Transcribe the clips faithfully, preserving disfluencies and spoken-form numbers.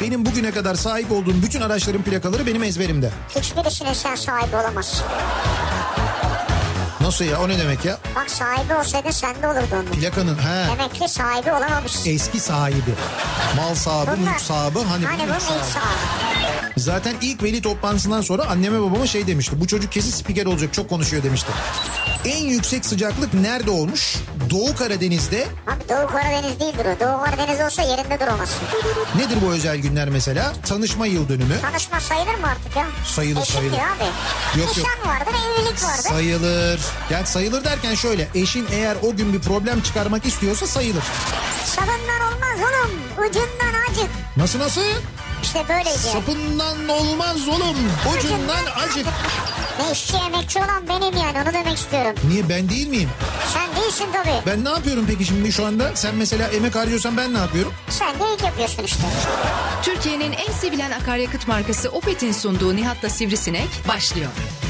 benim bugüne kadar sahip olduğum bütün araçların plakaları benim ezberimde. Hiçbirisine sen sahibi olamazsın. Nasıl ya, o ne demek ya? Bak sahibi olsaydı sende olurdu onun. Plakanın he. Demek ki sahibi olamamışsın. Eski sahibi. Mal sahibi, Bunlar, mülk sahibi. Hani, hani bunun ilk sahibi. sahibi. Zaten ilk veli toplantısından sonra anneme babama şey demişti. Bu çocuk kesin spiker olacak, çok konuşuyor demişti. En yüksek sıcaklık nerede olmuş? Doğu Karadeniz'de. Abi Doğu Karadeniz değildir o. Doğu Karadeniz olsa yerinde duramazsın. Nedir bu özel günler mesela? Tanışma yıl dönümü. Tanışma sayılır mı artık ya? Sayılır Eşit sayılır. Eşit abi. Yok, Nişan yok. vardır, evlilik vardır. Sayılır. Yani sayılır derken şöyle. Eşin eğer o gün bir problem çıkarmak istiyorsa sayılır. Sapından olmaz oğlum. Ucundan acık. Nasıl nasıl? İşte böyleydi. Sapından olmaz oğlum. Ucundan acık. Ne işçi emekçi olan benim yani, onu demek istiyorum. Niye, ben değil miyim? Sen değilsin tabii. Ben ne yapıyorum peki şimdi şu anda? Sen mesela emek harcıyorsan ben ne yapıyorum? Sen de ilk yapıyorsun işte. Türkiye'nin en sevilen akaryakıt markası Opet'in sunduğu Nihat'la Sivrisinek başlıyor.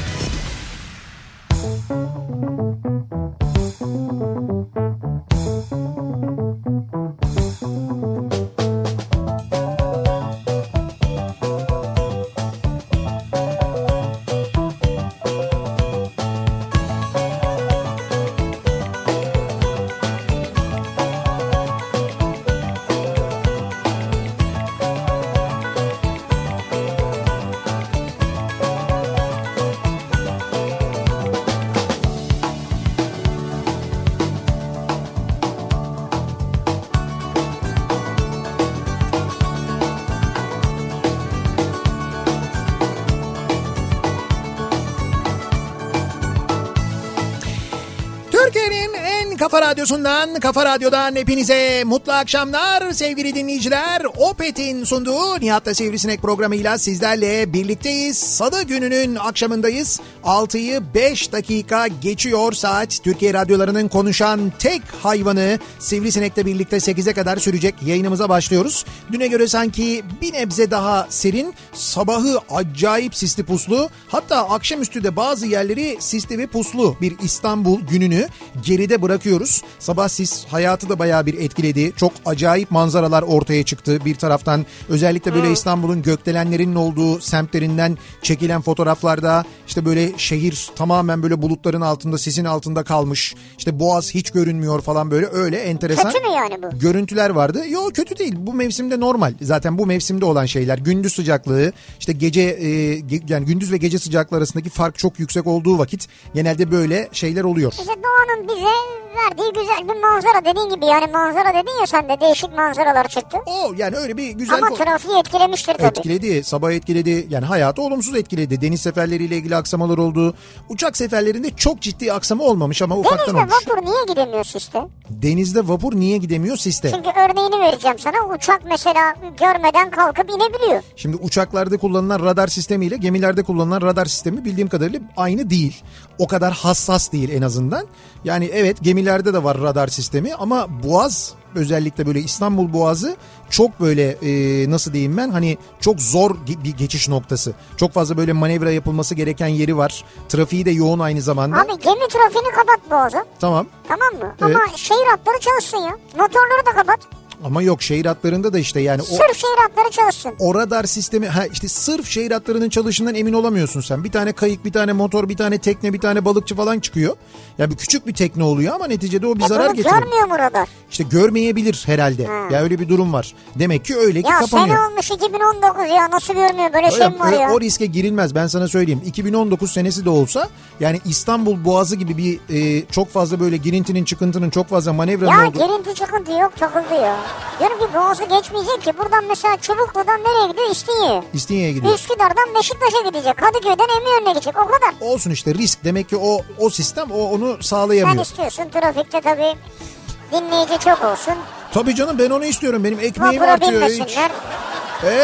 Kafa Radyosu'ndan, Kafa Radyo'dan hepinize mutlu akşamlar sevgili dinleyiciler. Opet'in sunduğu Nihat'la Sivrisinek programıyla sizlerle birlikteyiz. Salı gününün akşamındayız. altıyı beş dakika geçiyor saat. Türkiye radyolarının konuşan tek hayvanı Sivrisinek'le birlikte sekize kadar sürecek yayınımıza başlıyoruz. Düne göre sanki bir nebze daha serin, sabahı acayip sisli puslu, hatta akşamüstü de bazı yerleri sisli ve puslu bir İstanbul gününü geride bırakıyoruz. Sabah sis hayatı da bayağı bir etkiledi. Çok acayip manzaralar ortaya çıktı. Bir taraftan özellikle böyle İstanbul'un gökdelenlerinin olduğu semtlerinden çekilen fotoğraflarda işte böyle şehir tamamen böyle bulutların altında, sisin altında kalmış. İşte Boğaz hiç görünmüyor falan, böyle öyle enteresan. Kötü mü yani bu? Görüntüler vardı. Yok, kötü değil. Bu mevsimde normal. Zaten bu mevsimde olan şeyler. Gündüz sıcaklığı, işte gece e, yani gündüz ve gece sıcaklığı arasındaki fark çok yüksek olduğu vakit genelde böyle şeyler oluyor. İşte doğanın bize verdiği güzel bir manzara, dediğin gibi yani manzara dedin ya sen de, değişik manzaralar çıktı. O yani öyle bir güzel... Ama trafiği etkilemiştir tabii. Etkiledi, sabah etkiledi, yani hayatı olumsuz etkiledi. Deniz seferleriyle ilgili aksamalar oldu. Uçak seferlerinde çok ciddi aksama olmamış ama ufaktan Denizde olmuş. vapur niye gidemiyor siste? Denizde vapur niye gidemiyor siste? Çünkü örneğini vereceğim sana, uçak mesela görmeden kalkıp inebiliyor. Şimdi uçaklarda kullanılan radar sistemiyle gemilerde kullanılan radar sistemi bildiğim kadarıyla aynı değil. O kadar hassas değil en azından. Yani evet, gemilerde de var radar sistemi ama Boğaz, özellikle böyle İstanbul Boğazı çok böyle e, nasıl diyeyim ben, hani çok zor bir geçiş noktası. Çok fazla böyle manevra yapılması gereken yeri var. Trafiği de yoğun aynı zamanda. Abi gemi trafiğini kapat Boğaz'a. Tamam. Tamam mı? Evet. Ama şehir hatları çalışsın ya. Motorları da kapat. Ama yok, şehir hatlarında da işte yani... Sırf o, şehir hatları çalışsın. O radar sistemi, ha işte sırf şehir hatlarının çalışından emin olamıyorsun sen. Bir tane kayık, bir tane motor, bir tane tekne, bir tane balıkçı falan çıkıyor. Yani bir küçük bir tekne oluyor ama neticede o bir e zarar getiriyor. Görmüyor mu radar? İşte görmeyebilir herhalde. Ha. Ya öyle bir durum var. Demek ki öyle ki ya kapanıyor. Ya sene olmuş iki bin on dokuz ya, nasıl görmüyor, böyle öyle, şey mi var ya? O riske girilmez, ben sana söyleyeyim. iki bin on dokuz senesi de olsa yani İstanbul Boğazı gibi bir e, çok fazla böyle girintinin çıkıntının çok fazla manevranın ya olduğu. Ya girinti çıkıntı yok, takıldı ya. Diyorum ki Boğazı geçmeyecek ki, buradan mesela Çubuklu'dan nereye gidiyor? İstinye'ye. İstinye'ye gidiyor. Üsküdar'dan Beşiktaş'a gidecek. Kadıköy'den Eminönü'ne gidecek, o kadar. Olsun işte, risk. Demek ki o o sistem o onu sağlayamıyor. Sen istiyorsun trafikte tabii dinleyici çok olsun. Tabii canım, ben onu istiyorum. Benim ekmeğim Vapura artıyor. binmesinler. Evet.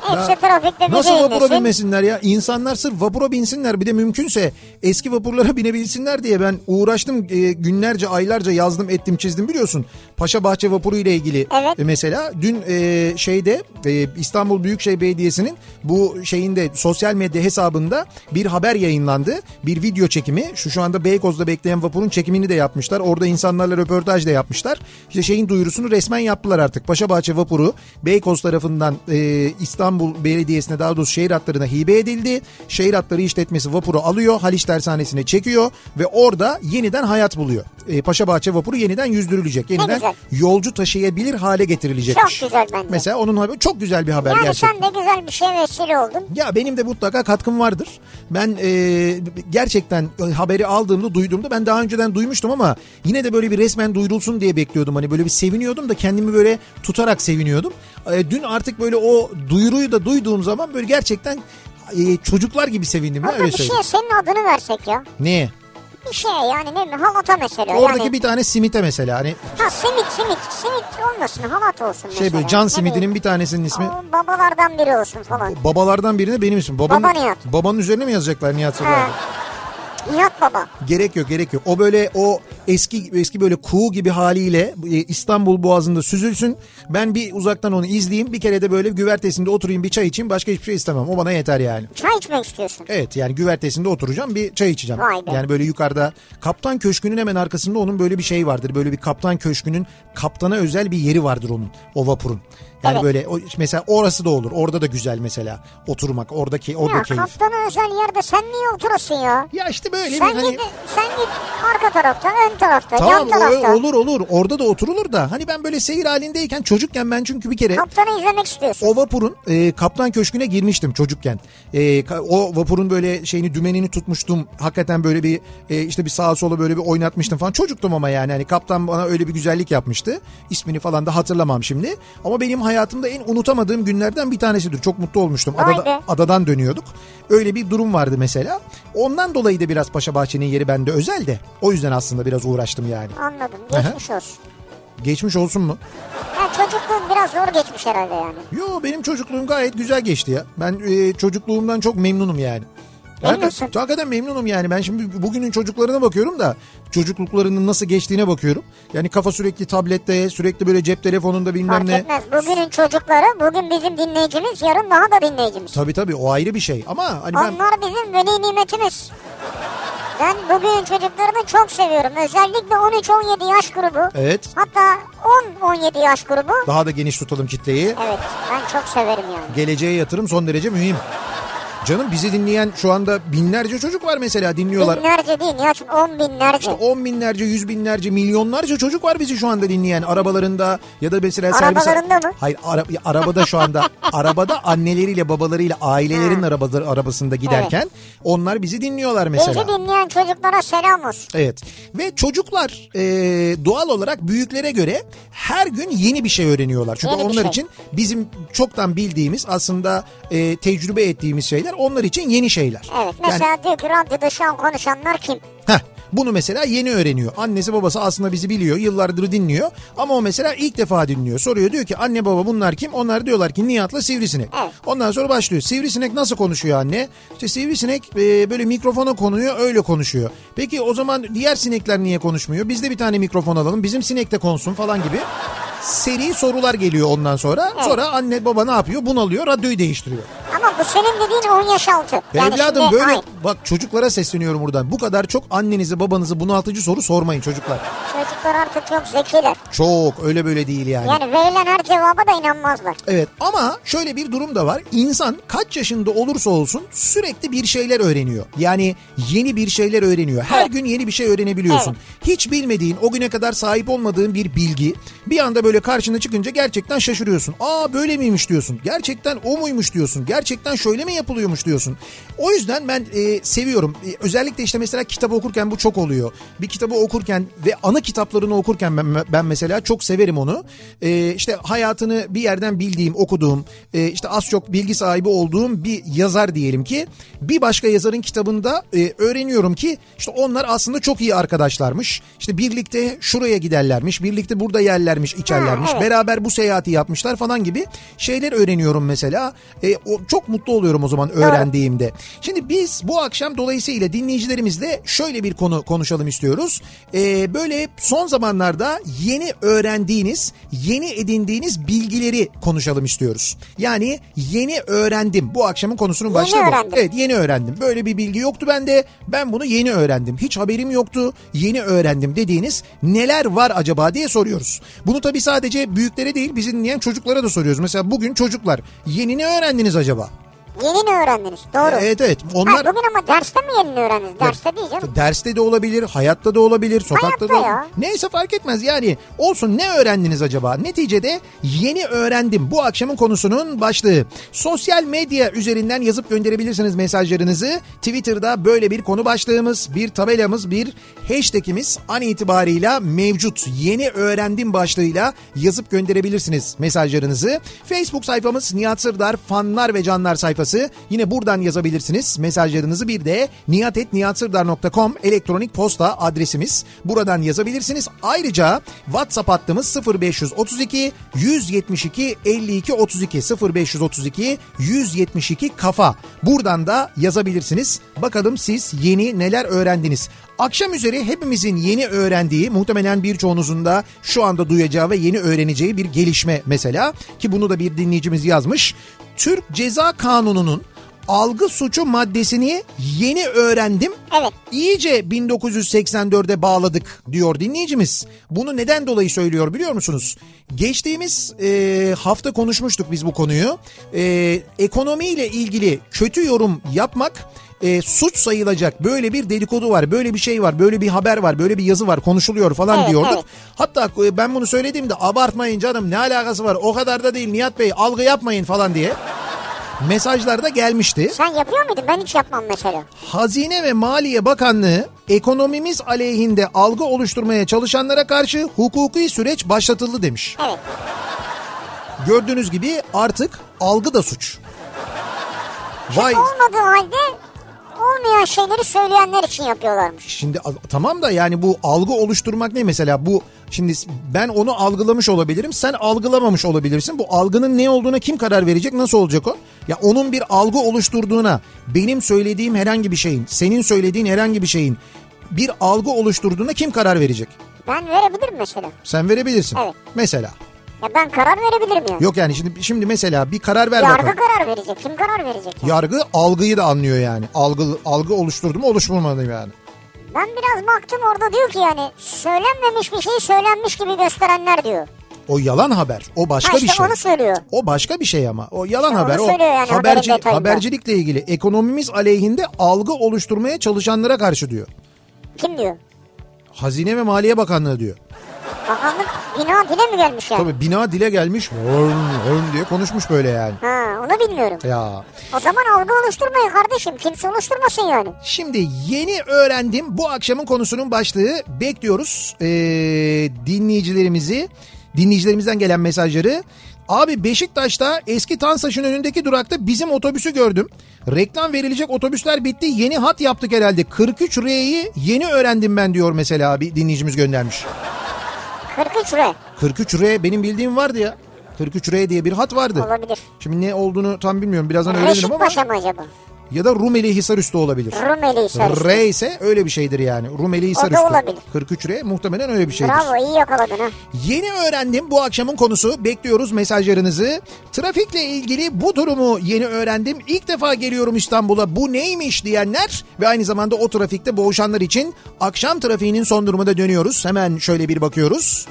Hepsi trafikte bir Nasıl de vapura inlesin. binmesinler ya? İnsanlar sırf vapura binsinler, bir de mümkünse eski vapurlara binebilsinler diye ben uğraştım, e, günlerce aylarca yazdım ettim çizdim biliyorsun. Paşabahçe vapuru ile ilgili Evet. e, mesela dün e, şeyde e, İstanbul Büyükşehir Belediyesi'nin bu şeyinde sosyal medya hesabında bir haber yayınlandı. Bir video çekimi, şu şu anda Beykoz'da bekleyen vapurun çekimini de yapmışlar. Orada insanlarla röportaj da yapmışlar. İşte şeyin duyurusunu resmen yaptılar artık. Paşabahçe vapuru Beykoz tarafından e, İstanbul Belediyesi'ne, daha doğrusu şehir hatlarına hibe edildi. Şehir hatları işletmesi vapuru alıyor, Haliç Tersanesi'ne çekiyor ve orada yeniden hayat buluyor. E, Paşabahçe vapuru yeniden yüzdürülecek. Yeniden yolcu taşıyabilir hale getirilecekmiş. Çok güzel bence. Mesela onun haberi çok güzel bir haber yani gerçekten. sen de güzel bir şey vesile oldun. Ya benim de mutlaka katkım vardır. Ben e, gerçekten haberi aldığımda, duyduğumda, ben daha önceden duymuştum ama yine de böyle bir resmen duyurulsun diye bekliyordum. Hani böyle bir seviniyordum da kendimi böyle tutarak seviniyordum. E, dün artık böyle o duyuruyu da duyduğum zaman böyle gerçekten e, çocuklar gibi sevindim. Ya, Orada öyle bir söyleyeyim. şeye senin adını versek ya. Neye? Bir şey yani ne mi? Halata mesela. Oradaki yani... bir tane simite mesela. Hani Ha simit simit. Simit olmasın, halat olsun mesela. şey böyle can Ne simidinin bileyim, bir tanesinin ismi. o babalardan biri olsun falan. Babalardan birine benim ismim. Babanın, Baba Nihat. Babanın üzerine mi yazacaklar Nihat Sırrı? Ha. Nihat Baba. Gerek yok, gerek yok. O böyle o eski eski böyle kuğu gibi haliyle İstanbul Boğazı'nda süzülsün. Ben bir uzaktan onu izleyeyim. Bir kere de böyle güvertesinde oturayım, bir çay içeyim. Başka hiçbir şey istemem. O bana yeter yani. Çay içmek istiyorsun. Evet, yani güvertesinde oturacağım, bir çay içeceğim. Vay be. Yani böyle yukarıda Kaptan Köşkü'nün hemen arkasında onun böyle bir şey vardır. Böyle bir Kaptan Köşkü'nün kaptana özel bir yeri vardır onun, o vapurun. Yani evet. böyle o, mesela orası da olur. Orada da güzel mesela oturmak. Oradaki orada Ya keyif. kaptana özel yerde sen niye oturasın ya? Ya işte böyle Sen bir hani... git, sen git arka tarafta, ön tarafta, Tamam, yan tarafta. o, olur olur. Orada da oturulur da. Hani ben böyle seyir halindeyken çocukken ben çünkü bir kere... Kaptanı izlemek istiyorsun. O vapurun e, Kaptan Köşkü'ne girmiştim çocukken. E, o vapurun böyle şeyini, dümenini tutmuştum. Hakikaten böyle bir e, işte bir sağa sola böyle bir oynatmıştım falan. Çocuktum ama yani hani kaptan bana öyle bir güzellik yapmıştı. İsmini falan da hatırlamam şimdi. Ama benim hayatımda en unutamadığım günlerden bir tanesidir. Çok mutlu olmuştum. Adada, adadan dönüyorduk. Öyle bir durum vardı mesela. Ondan dolayı da biraz Paşabahçe'nin yeri bende özel de. O yüzden aslında biraz uğraştım yani. Anladım. Geçmiş Aha. olsun. Geçmiş olsun mu? Ya çocukluğun biraz zor geçmiş herhalde yani. Yo, benim çocukluğum gayet güzel geçti ya. Ben e, çocukluğumdan çok memnunum yani. Memnunsun. Hakikaten, hakikaten memnunum yani. Ben şimdi bugünün çocuklarına bakıyorum da çocukluklarının nasıl geçtiğine bakıyorum. Yani kafa sürekli tablette, sürekli böyle cep telefonunda bilmem Fark ne. etmez. Bugünün çocukları, bugün bizim dinleyicimiz, yarın daha da dinleyicimiz. Tabii tabii, o ayrı bir şey ama hani ben... Onlar bizim veli nimetimiz. Ben bugünün çocuklarını çok seviyorum. Özellikle on üç on yedi yaş grubu. Evet. Hatta on on yedi yaş grubu. Daha da geniş tutalım kitleyi. Evet, ben çok severim yani. Geleceğe yatırım son derece mühim. Canım, bizi dinleyen şu anda binlerce çocuk var mesela, dinliyorlar. Binlerce değil ya, on binlerce. İşte on binlerce, yüz binlerce, milyonlarca çocuk var bizi şu anda dinleyen. Arabalarında ya da mesela servis... Arabalarında mı? Hayır, ara, arabada şu anda. Arabada anneleriyle, babalarıyla, ailelerin arabaları, arabasında giderken evet. Onlar bizi dinliyorlar mesela. Bizi dinleyen çocuklara selam olsun. Evet. Ve çocuklar e, doğal olarak büyüklere göre her gün yeni bir şey öğreniyorlar. Çünkü yeni onlar şey. için bizim çoktan bildiğimiz, aslında e, tecrübe ettiğimiz şeyler onlar için yeni şeyler. Evet, mesela yani, diyor ki radyoda şu an konuşanlar kim? Heh. Bunu mesela yeni öğreniyor. Annesi babası aslında bizi biliyor, yıllardır dinliyor. Ama o mesela ilk defa dinliyor. Soruyor, diyor ki anne baba bunlar kim? Onlar diyorlar ki Nihat'la Sivrisinek. Evet. Ondan sonra başlıyor. Sivrisinek nasıl konuşuyor anne? İşte Sivrisinek e, böyle mikrofona konuyor, öyle konuşuyor. Peki o zaman diğer sinekler niye konuşmuyor? Biz de bir tane mikrofon alalım, bizim sinek de konuşsun falan gibi. Seri sorular geliyor ondan sonra. Evet. Sonra anne baba ne yapıyor? Bunalıyor, radyoyu değiştiriyor. Ama bu senin dediğin on yaş altı. Yani evladım şimdi, böyle ay. Bak, çocuklara sesleniyorum buradan. Bu kadar çok annenizi babanızı bunaltıcı soru sormayın çocuklar. Çocuklar artık çok zekiler. Çok, öyle böyle değil yani. Yani verilen her cevaba da inanmazlar. Evet, ama şöyle bir durum da var. İnsan kaç yaşında olursa olsun sürekli bir şeyler öğreniyor. Yani yeni bir şeyler öğreniyor. Her evet. gün yeni bir şey öğrenebiliyorsun. Evet. Hiç bilmediğin, o güne kadar sahip olmadığın bir bilgi bir anda böyle karşına çıkınca gerçekten şaşırıyorsun. Aa, böyle miymiş diyorsun. Gerçekten o muymuş diyorsun. Gerçekten gerçekten şöyle mi yapılıyormuş diyorsun. O yüzden ben e, seviyorum. E, özellikle işte mesela kitap okurken bu çok oluyor. Bir kitabı okurken ve ana kitaplarını okurken ben, ben mesela çok severim onu. E, işte hayatını bir yerden bildiğim, okuduğum, e, işte az çok bilgi sahibi olduğum bir yazar diyelim ki bir başka yazarın kitabında e, öğreniyorum ki işte onlar aslında çok iyi arkadaşlarmış. İşte birlikte şuraya giderlermiş, birlikte burada yerlermiş, içerlermiş, ha, evet. Beraber bu seyahati yapmışlar falan gibi şeyler öğreniyorum mesela. E, o, çok mutlu oluyorum o zaman öğrendiğimde. Şimdi biz bu akşam dolayısıyla dinleyicilerimizle şöyle bir konu konuşalım istiyoruz. E, böyle son zamanlarda yeni öğrendiğiniz, yeni edindiğiniz bilgileri konuşalım istiyoruz. Yani yeni öğrendim. Bu akşamın konusunun başlığı bu. Evet, yeni öğrendim. Böyle bir bilgi yoktu bende. Ben bunu yeni öğrendim. Hiç haberim yoktu. Yeni öğrendim dediğiniz neler var acaba diye soruyoruz. Bunu tabii sadece büyüklere değil, bizi dinleyen çocuklara da soruyoruz. Mesela bugün çocuklar yeni ne öğrendiniz acaba? Yeni mi öğrendiniz? Doğru. Evet evet. Onlar... Ha, bugün ama derste mi yeni öğrendiniz? Derste değil canım. Derste de olabilir, hayatta da olabilir, sokakta hayatta da olabilir. Ya. Neyse fark etmez yani. Olsun, ne öğrendiniz acaba? Neticede yeni öğrendim. Bu akşamın konusunun başlığı. Sosyal medya üzerinden yazıp gönderebilirsiniz mesajlarınızı. Twitter'da böyle bir konu başlığımız, bir tabelamız, bir hashtagimiz an itibarıyla mevcut. Yeni öğrendim başlığıyla yazıp gönderebilirsiniz mesajlarınızı. Facebook sayfamız Nihat Sırdar fanlar ve canlar sayfası. Yine buradan yazabilirsiniz mesajlarınızı. Bir de nihat et nihat sırdar nokta com elektronik posta adresimiz. Buradan yazabilirsiniz. Ayrıca WhatsApp hattımız sıfır beş otuz iki yüz yetmiş iki elli iki otuz iki sıfır beş otuz iki yüz yetmiş iki kafa. Buradan da yazabilirsiniz. Bakalım siz yeni neler öğrendiniz? Akşam üzeri hepimizin yeni öğrendiği, muhtemelen birçoğunuzun da şu anda duyacağı ve yeni öğreneceği bir gelişme mesela, ki bunu da bir dinleyicimiz yazmış. Türk Ceza Kanunu'nun algı suçu maddesini yeni öğrendim. Evet. İyice bin dokuz yüz seksen dörde bağladık diyor dinleyicimiz. Bunu neden dolayı söylüyor biliyor musunuz? Geçtiğimiz e, hafta konuşmuştuk biz bu konuyu. E, ekonomiyle ilgili kötü yorum yapmak E, suç sayılacak, böyle bir dedikodu var, böyle bir şey var, böyle bir haber var, böyle bir yazı var, konuşuluyor falan evet, diyorduk. Evet. Hatta e, ben bunu söylediğimde abartmayın canım, ne alakası var, o kadar da değil Nihat Bey, algı yapmayın falan diye mesajlar da gelmişti. Sen yapıyor muydun? Ben hiç yapmam mesela. Hazine ve Maliye Bakanlığı ekonomimiz aleyhinde algı oluşturmaya çalışanlara karşı hukuki süreç başlatıldı demiş. Evet. Gördüğünüz gibi artık algı da suç. Vay. Olmadığı halde olmayan şeyleri söyleyenler için yapıyorlarmış. Şimdi tamam da yani bu algı oluşturmak ne mesela? Bu şimdi ben onu algılamış olabilirim, sen algılamamış olabilirsin. Bu algının ne olduğuna kim karar verecek, nasıl olacak o? Ya onun bir algı oluşturduğuna, benim söylediğim herhangi bir şeyin, senin söylediğin herhangi bir şeyin bir algı oluşturduğuna kim karar verecek? Ben verebilirim mesela. Sen verebilirsin. Evet. Mesela. Ya ben karar verebilirim yani. Yok yani şimdi şimdi mesela bir karar ver Yargı bakalım. Yargı karar verecek. Kim karar verecek? Yani? Yargı algıyı da anlıyor yani. Algı algı oluşturdu mu oluşturmadı mı yani. Ben biraz baktım, orada diyor ki yani söylenmemiş bir şey söylenmiş gibi gösterenler diyor. O yalan haber. O başka ha işte bir şey. Onu söylüyor. O başka bir şey ama. O yalan işte haber. O yani, haberci, habercilikle ilgili ekonomimiz aleyhinde algı oluşturmaya çalışanlara karşı diyor. Kim diyor? Hazine ve Maliye Bakanlığı diyor. Bakanlık bina dile mi gelmiş yani? Tabii bina dile gelmiş. Hörn, hörn diye konuşmuş böyle yani. Ha, onu bilmiyorum. Ya. O zaman algı oluşturmayın kardeşim. Kimse oluşturmasın yani. Şimdi yeni öğrendim. Bu akşamın konusunun başlığı. Bekliyoruz ee, dinleyicilerimizi. Dinleyicilerimizden gelen mesajları. Abi Beşiktaş'ta eski Tansaç'ın önündeki durakta bizim otobüsü gördüm. Reklam verilecek otobüsler bitti. Yeni hat yaptık herhalde. kırk üç R'yi yeni öğrendim ben diyor mesela, bir dinleyicimiz göndermiş. kırk üç R. kırk üç R benim bildiğim vardı ya. kırk üç R diye bir hat vardı. Olabilir. Şimdi ne olduğunu tam bilmiyorum. Birazdan öğrenirim ama. Reşitpaşa mı acaba? Ya da Rumeli Hisarüstü olabilir. Rumeli Hisarüstü. R ise öyle bir şeydir yani. Rumeli Hisarüstü. O da olabilir. kırk üç R muhtemelen öyle bir şeydir. Bravo, iyi yakaladın ha. Yeni öğrendim bu akşamın konusu. Bekliyoruz mesajlarınızı. Trafikle ilgili bu durumu yeni öğrendim. İlk defa geliyorum İstanbul'a, bu neymiş diyenler ve aynı zamanda o trafikte boğuşanlar için akşam trafiğinin son durumuna dönüyoruz. Hemen şöyle bir bakıyoruz.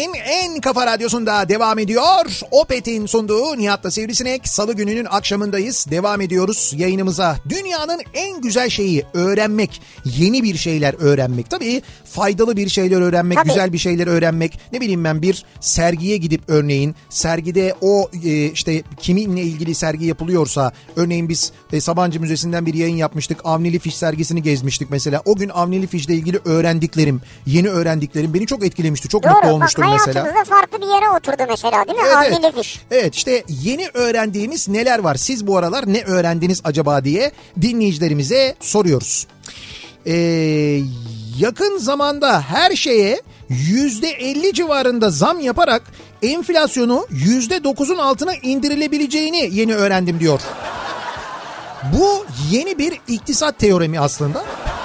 Türkiye'nin en kafa radyosunda devam ediyor. Opet'in sunduğu Nihat'la Sivrisinek. Salı gününün akşamındayız. Devam ediyoruz yayınımıza. Dünyanın en güzel şeyi öğrenmek. Yeni bir şeyler öğrenmek. Tabii faydalı bir şeyler öğrenmek, Tabii. güzel bir şeyler öğrenmek. Ne bileyim ben, bir sergiye gidip örneğin sergide o e, işte kiminle ilgili sergi yapılıyorsa, örneğin biz e, Sabancı Müzesi'nden bir yayın yapmıştık. Avni Fiş sergisini gezmiştik mesela. O gün Avni Fiş'le ilgili öğrendiklerim, yeni öğrendiklerim beni çok etkilemişti. Çok Doğru, mutlu olmuştum bak, mesela. hayatımızda farklı bir yere oturdu mesela, değil mi? Evet, Avni evet. Fiş. Evet, işte yeni öğrendiğimiz neler var? Siz bu aralar ne öğrendiniz acaba diye dinleyicilerimize soruyoruz. Ee, yakın zamanda her şeye yüzde elli civarında zam yaparak enflasyonu yüzde dokuzun altına indirilebileceğini yeni öğrendim diyor. Bu yeni bir iktisat teoremi aslında.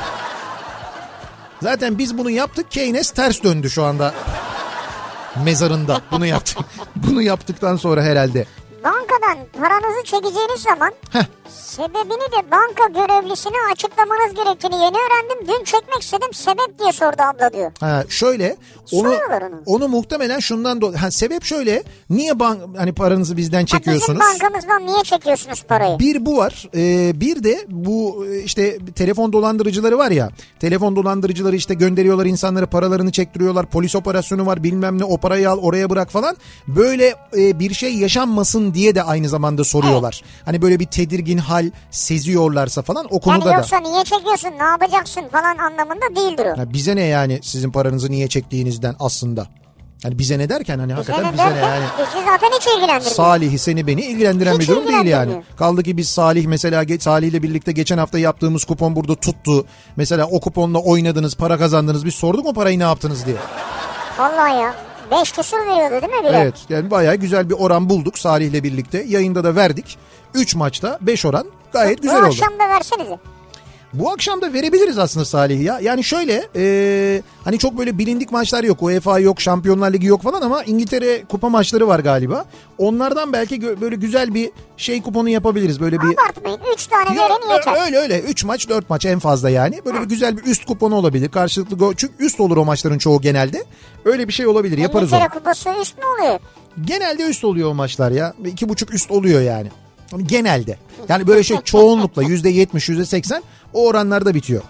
Zaten biz bunu yaptık, Keynes ters döndü şu anda mezarında. Bunu yaptık. Bunu yaptıktan sonra herhalde. Bankadan paranızı çekeceğiniz zaman Heh. sebebini de banka görevlisine açıklamanız gerektiğini yeni öğrendim. Dün çekmek istedim, sebep diye sordu abla diyor. Ha, şöyle onu Soruyorlar onu. onu muhtemelen şundan dolayı, ha, sebep şöyle, niye bank hani paranızı bizden çekiyorsunuz? Ha, bizim bankamızdan niye çekiyorsunuz parayı? Bir bu var. Ee, bir de bu işte telefon dolandırıcıları var ya. Telefon dolandırıcıları işte gönderiyorlar insanlara, paralarını çektiriyorlar. Polis operasyonu var, bilmem ne, o parayı al oraya bırak falan. Böyle e, bir şey yaşanmasın diye de aynı zamanda soruyorlar. Evet. Hani böyle bir tedirgin hal seziyorlarsa falan, o konuda yani yoksa da. niye çekiyorsun, ne yapacaksın falan anlamında değildir o. Ya bize ne yani sizin paranızı niye çektiğinizden aslında. Yani bize ne derken hani bize hakikaten ne bize derken, ne yani. bizi zaten hiç ilgilendirmiyor. Salih'i, seni, beni ilgilendiren Hiç bir durum değil yani. ilgilendirmiyor. Kaldı ki biz Salih mesela, Salih ile birlikte geçen hafta yaptığımız kupon burada tuttu. Mesela o kuponla oynadınız, para kazandınız. Biz sorduk o parayı ne yaptınız diye. Vallahi ya. Beş küsur veriyordu değil mi bile? Evet, yani bayağı güzel bir oran bulduk Salih ile birlikte. Yayında da verdik. üç maçta beş oran gayet bu, güzel bu oldu. akşam da versenize. Bu akşam da verebiliriz aslında Salih'i ya. Yani şöyle e, hani çok böyle bilindik maçlar yok. UEFA yok, Şampiyonlar Ligi yok falan ama İngiltere kupa maçları var galiba. Onlardan belki gö- böyle güzel bir şey kuponu yapabiliriz. Böyle bir... Abartmayın. Üç tane Ya, verin yeter. öyle öyle. Üç maç dört maç en fazla yani. Böyle bir güzel bir üst kuponu olabilir. Karşılıklı gol. Çünkü üst olur o maçların çoğu genelde. Öyle bir şey olabilir. Yaparız onu. İngiltere kupası üst mü oluyor? Genelde üst oluyor o maçlar ya. İki buçuk üst oluyor yani. Genelde. Yani böyle şey çoğunlukla yüzde yetmiş, yüzde seksen o oranlarda bitiyor.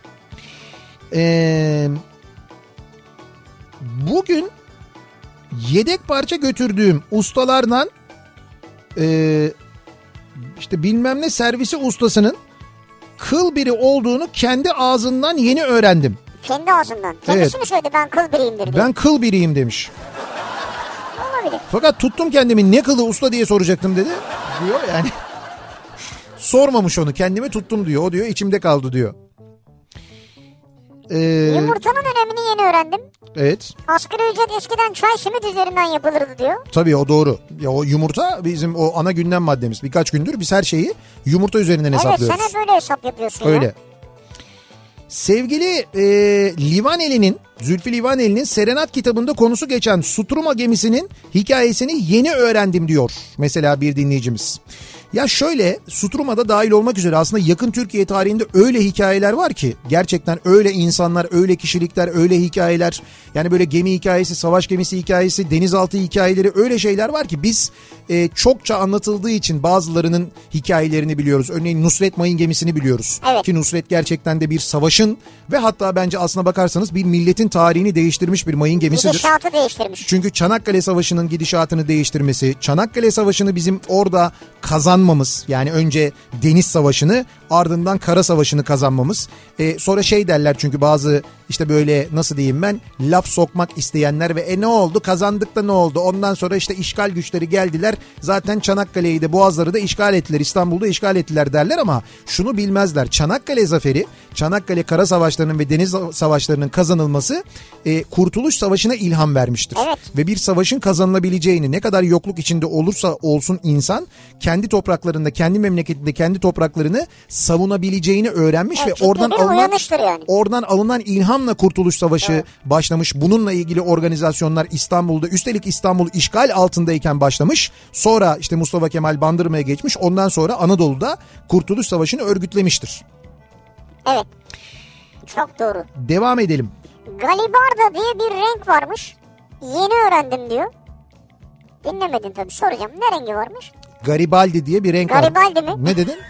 Ee, bugün yedek parça götürdüğüm ustalardan e, işte bilmem ne servisi ustasının kıl biri olduğunu kendi ağzından yeni öğrendim. Kendi ağzından. Kendisi Evet. mi söyledi ben kıl biriyimdir diye? Ben kıl biriyim demiş. Olabilir. Fakat tuttum kendimi, ne kılı usta diye soracaktım dedi. Diyor yani. Sormamış onu, kendimi tuttum diyor. O diyor içimde kaldı diyor. Ee, Yumurtanın önemini yeni öğrendim. evet. Asgari ücret eskiden çay simit üzerinden yapılırdı diyor. Tabii o doğru. Ya o yumurta bizim o ana gündem maddemiz. Birkaç gündür biz her şeyi yumurta üzerinden Evet, hesaplıyoruz. sen hep böyle hesap yapıyorsun Öyle. ya. Sevgili e, Livaneli'nin, Zülfü Livaneli'nin Serenat kitabında konusu geçen Sutruma gemisinin hikayesini yeni öğrendim diyor mesela bir dinleyicimiz. Ya şöyle, Sutruma'da dahil olmak üzere aslında yakın Türkiye tarihinde öyle hikayeler var ki gerçekten öyle insanlar, öyle kişilikler, öyle hikayeler, yani böyle gemi hikayesi, savaş gemisi hikayesi, denizaltı hikayeleri, öyle şeyler var ki biz e, çokça anlatıldığı için bazılarının hikayelerini biliyoruz. Örneğin Nusret Mayın gemisini biliyoruz. Evet. Ki Nusret gerçekten de bir savaşın ve hatta bence aslına bakarsanız bir milletin tarihini değiştirmiş bir mayın gemisidir. Gidişatı değiştirmiş. Çünkü Çanakkale Savaşı'nın gidişatını değiştirmesi, Çanakkale Savaşı'nı bizim orada kazanmamız, yani önce Deniz Savaşı'nı ardından Kara Savaşı'nı kazanmamız. E, sonra şey derler çünkü bazı işte böyle nasıl diyeyim ben, laf sokmak isteyenler ve e ne oldu, kazandık da ne oldu, ondan sonra işte işgal güçleri geldiler zaten Çanakkale'yi de Boğazları da işgal ettiler, İstanbul'da işgal ettiler derler ama şunu bilmezler. Çanakkale zaferi, Çanakkale Kara Savaşları'nın ve Deniz Savaşları'nın kazanılması e, Kurtuluş Savaşı'na ilham vermiştir. Evet. Ve bir savaşın kazanılabileceğini, ne kadar yokluk içinde olursa olsun insan kendi topraklarında, kendi memleketinde, kendi topraklarını savunabileceğini öğrenmiş Evet, ve oradan bir alınan uyanıştır yani. oradan alınan ilhamla Kurtuluş Savaşı evet. başlamış. Bununla ilgili organizasyonlar İstanbul'da, üstelik İstanbul işgal altındayken başlamış. Sonra işte Mustafa Kemal Bandırma'ya geçmiş. Ondan sonra Anadolu'da Kurtuluş Savaşı'nı örgütlemiştir. Evet. Çok doğru. Devam edelim. Galibarda diye bir renk varmış. yeni öğrendim diyor. Dinlemedin tabii, soracağım. Ne rengi varmış? Garibaldi diye bir renk var. Garibaldi mi? Ne dedin?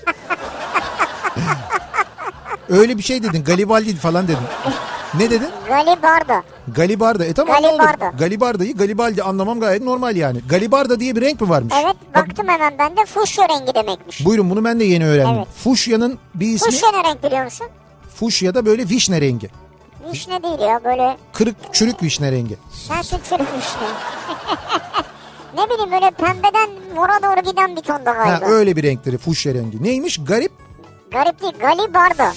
Öyle bir şey dedin. Garibaldi falan dedin. Ne dedin? Galibarda. Galibarda. E tamam, ne olur. Galibarda. Galibarda'yı Garibaldi anlamam gayet normal yani. Galibarda diye bir renk mi varmış? Evet, baktım hemen ben de, fuşya rengi demekmiş. Buyurun, bunu ben de yeni öğrendim. Evet. Fuşyanın bir ismi. Fuşya ne renk biliyor musun? Fuşya da böyle vişne rengi. Vişne değil ya, böyle. Kırık çürük vişne rengi. Sensin çürük vişne. Ne bileyim, böyle pembeden mora doğru giden bir tonda galiba. Ha, öyle bir renkleri, fuşya rengi. Neymiş? Garip. Garip değil, Galibarda.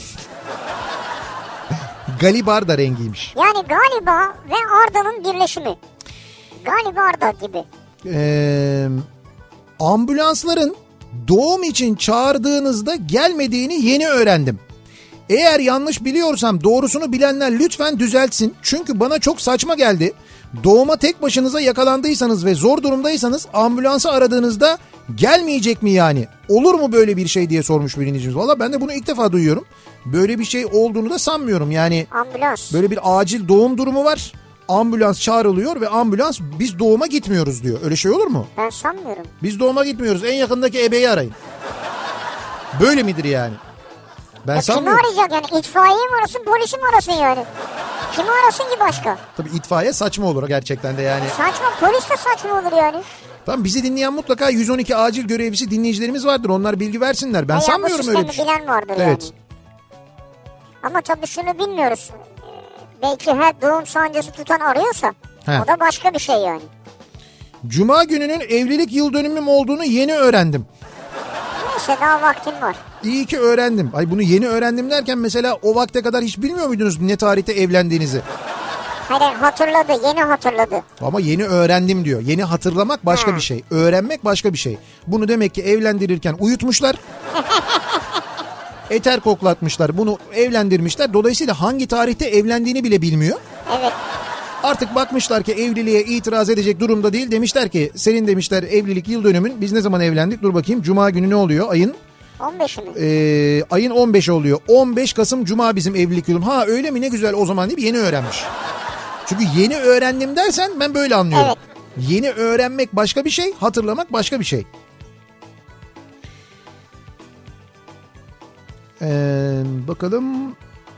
Galibarda rengiymiş. Yani galiba ve Arda'nın birleşimi. Galibarda gibi. Ee, ambulansların doğum için çağırdığınızda gelmediğini yeni öğrendim. Eğer yanlış biliyorsam doğrusunu bilenler lütfen düzeltsin. Çünkü bana çok saçma geldi. Doğuma tek başınıza yakalandıysanız ve zor durumdaysanız ambulansı aradığınızda gelmeyecek mi yani? Olur mu böyle bir şey diye sormuş bir dinleyicimiz. Valla ben de bunu ilk defa duyuyorum. Böyle bir şey olduğunu da sanmıyorum. Yani ambulans. Böyle bir acil doğum durumu var. Ambulans çağrılıyor ve ambulans biz doğuma gitmiyoruz diyor. Öyle şey olur mu? Ben sanmıyorum. Biz doğuma gitmiyoruz. En yakındaki ebeyi arayın. Böyle midir yani? Ben ya sanmıyorum. Kimi arayacak yani? İtfaiye mi arasın, polisi mi arasın yani? Kimi arasın ki başka? Tabii itfaiye saçma olur gerçekten de yani. Saçma, polis de saçma olur yani. Tamam, bizi dinleyen mutlaka yüz on iki acil görevlisi dinleyicilerimiz vardır. Onlar bilgi versinler. Ben ya sanmıyorum öyle bir şey. Bu sistemi bilen vardır evet. Yani. Ama tabii şunu bilmiyoruz. Belki her doğum sancısı tutan arıyorsa He. o da başka bir şey yani. Cuma gününün evlilik yıl dönümüm olduğunu yeni öğrendim. Neyse, daha vaktin var. İyi ki öğrendim. Ay, bunu yeni öğrendim derken mesela o vakte kadar hiç bilmiyor muydunuz ne tarihte evlendiğinizi? Hayır, hatırladı, yeni hatırladı. Ama yeni öğrendim diyor. Yeni hatırlamak başka ha. bir şey. Öğrenmek başka bir şey. Bunu demek ki evlendirirken uyutmuşlar. Eter koklatmışlar. Bunu evlendirmişler. Dolayısıyla hangi tarihte evlendiğini bile bilmiyor. Evet. Artık bakmışlar ki evliliğe itiraz edecek durumda değil. Demişler ki senin demişler evlilik yıl dönümün. Biz ne zaman evlendik? Dur bakayım. Cuma günü ne oluyor? Ayın? on beşi mi? Ee, ayın on beşi oluyor. on beş Kasım Cuma bizim evlilik yılım. Ha öyle mi, ne güzel o zaman deyip yeni öğrenmiş. Çünkü yeni öğrendim dersen ben böyle anlıyorum. Evet. Yeni öğrenmek başka bir şey, hatırlamak başka bir şey. Ee, bakalım.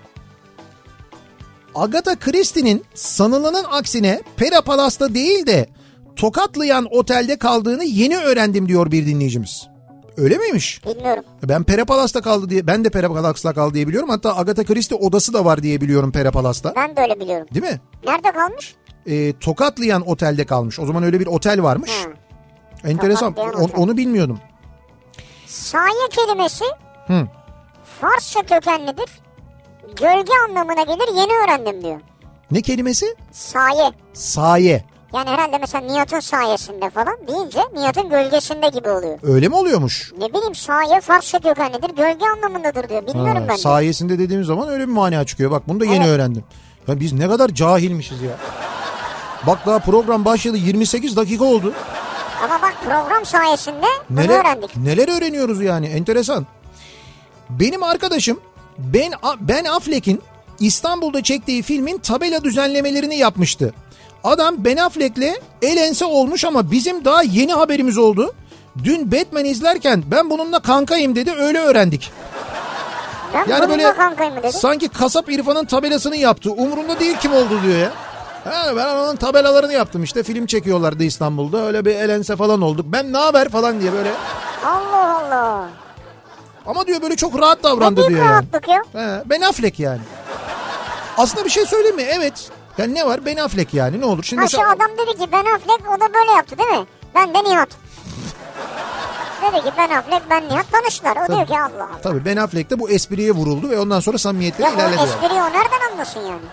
Agatha Christie'nin sanılanın aksine Pera Palas'ta değil de Tokatlıyan Otel'de kaldığını yeni öğrendim diyor bir dinleyicimiz. Öyle miymiş? Bilmiyorum. Ben Pera Palas'ta kaldı diye, ben de Pera Palas'ta kaldı diye biliyorum. Hatta Agatha Christie odası da var diye biliyorum Pera Palas'ta. Ben de öyle biliyorum. Değil mi? Nerede kalmış? Ee, Tokatlıyan Otel'de kalmış. O zaman öyle bir otel varmış. Hı. Enteresan. On, onu bilmiyordum. Saye kelimesi Hı. Farsça kökenlidir. Gölge anlamına gelir, yeni öğrendim diyor. Ne kelimesi? Saye. Saye. Yani herhalde mesela Nihat'ın sayesinde falan deyince Nihat'ın gölgesinde gibi oluyor. Öyle mi oluyormuş? Ne bileyim, saye Farsça kökenlidir, gölge anlamındadır diyor. Bilmiyorum ha, ben de. Sayesinde dediğimiz zaman öyle bir mana çıkıyor. Bak bunu da yeni evet. öğrendim. Ya biz ne kadar cahilmişiz ya. Bak daha program başladı, yirmi sekiz dakika oldu. Ama bak program sayesinde bunu neler, öğrendik. Neler öğreniyoruz yani, enteresan. Benim arkadaşım Ben, Ben Affleck'in İstanbul'da çektiği filmin tabela düzenlemelerini yapmıştı. Adam Ben Affleck'le el ense olmuş ama bizim daha yeni haberimiz oldu. Dün Batman izlerken ben bununla kankayım dedi, öyle öğrendik. Ben yani böyle kankayım dedi. Sanki kasap İrfan'ın tabelasını yaptı. Umurunda değil kim oldu diyor ya. Ha, ben onun tabelalarını yaptım işte, film çekiyorlardı İstanbul'da, öyle bir el ense falan olduk. Ben ne haber falan diye böyle. Allah Allah. Ama diyor böyle çok rahat davrandı ne diyor yani. Ya. He, Ben Affleck yani. Aslında bir şey söyleyeyim mi? Evet. Yani ne var? Ben Affleck yani, ne olur? Şimdi ha, mesela... şu adam dedi ki Ben Affleck, o da böyle yaptı değil mi? Ben de Nihat. Dedi ki Ben Affleck, ben Nihat tanıştılar. O tabii, diyor ki Allah Allah. Tabii Ben Affleck de bu espriye vuruldu ve ondan sonra samimiyetleri ilerledi. Ya o espriyi o nereden anlasın yani?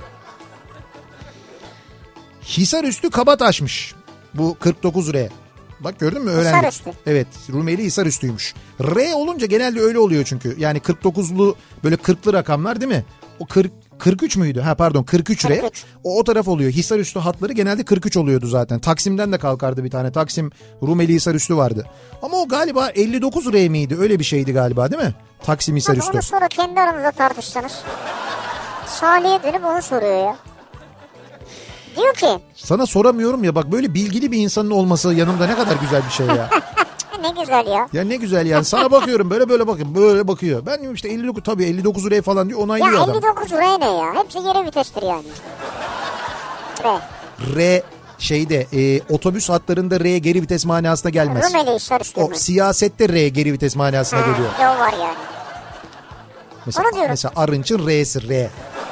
Hisarüstü Kabataş'mış bu kırk dokuz R. Bak gördün mü, öğrendik. Hisarüstü. Evet, Rumeli Hisarüstü'ymüş. R olunca genelde öyle oluyor çünkü. Yani kırk dokuzlu böyle kırklı rakamlar değil mi? O kırk, kırk üç müydü? Ha pardon kırk üç R. kırk üç. O o taraf oluyor. Hisarüstü hatları genelde kırk üç oluyordu zaten. Taksim'den de kalkardı bir tane. Taksim Rumeli Hisarüstü vardı. Ama o galiba elli dokuz R miydi? Öyle bir şeydi galiba değil mi? Taksim Hisarüstü. Onu sonra kendi aranızda tartışsanız. Salih'e dönüp onu soruyor ya. Diyor diyor ki. Sana soramıyorum ya, bak böyle bilgili bir insanın olması yanımda ne kadar güzel bir şey ya. Ne güzel ya. Ya ne güzel yani, sana bakıyorum böyle böyle bakıyorum böyle bakıyor. Ben diyorum işte elli dokuz, tabii elli dokuz R falan diyor, onaylıyor ya adam. elli dokuz R ne ya? Hepsi geri vitestir yani. R. R şeyde e, otobüs hatlarında R geri vites manasına gelmez. Rumeli Hisar O siyasette R geri vites manasına ha, geliyor. Ne o var yani. Mesela, Onu diyorum. mesela Arınç'ın R'si R.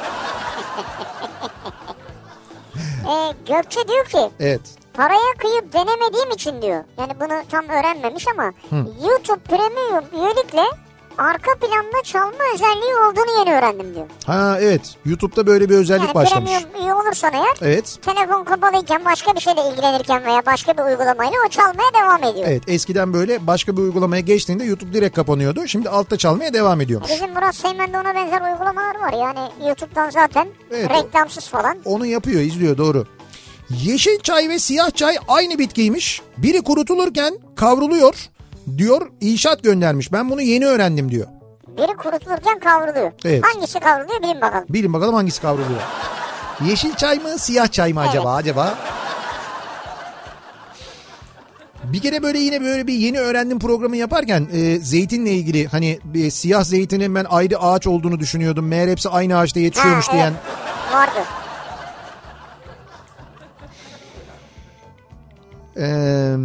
e, Gökçe diyor ki. Evet. Paraya kıyıp denemediğim için diyor. Yani bunu tam öğrenmemiş ama Hı. YouTube Premium üyelikle arka planda çalma özelliği olduğunu yeni öğrendim diyor. Ha evet, YouTube'da böyle bir özellik yani başlamış. Yani Premium üye olursan eğer evet. telefon kapalıyken başka bir şeyle ilgilenirken veya başka bir uygulamayla o çalmaya devam ediyor. Evet, eskiden böyle başka bir uygulamaya geçtiğinde YouTube direkt kapanıyordu. Şimdi altta çalmaya devam ediyormuş. Bizim Murat Seymen'de ona benzer uygulamalar var. Yani YouTube'dan zaten evet, reklamsız falan. Onu yapıyor, izliyor, doğru. Yeşil çay ve siyah çay aynı bitkiymiş. Biri kurutulurken kavruluyor diyor, inşaat göndermiş. Ben bunu yeni öğrendim diyor. Biri kurutulurken kavruluyor. Evet. Hangisi kavruluyor bilin bakalım. Bilin bakalım hangisi kavruluyor. Yeşil çay mı siyah çay mı acaba evet. acaba? Bir kere böyle yine böyle bir yeni öğrendim programı yaparken e, zeytinle ilgili hani bir siyah zeytinin ben ayrı ağaç olduğunu düşünüyordum. Meğer hepsi aynı ağaçta yetişiyormuş ha, diyen. Evet. Vardı. Ee,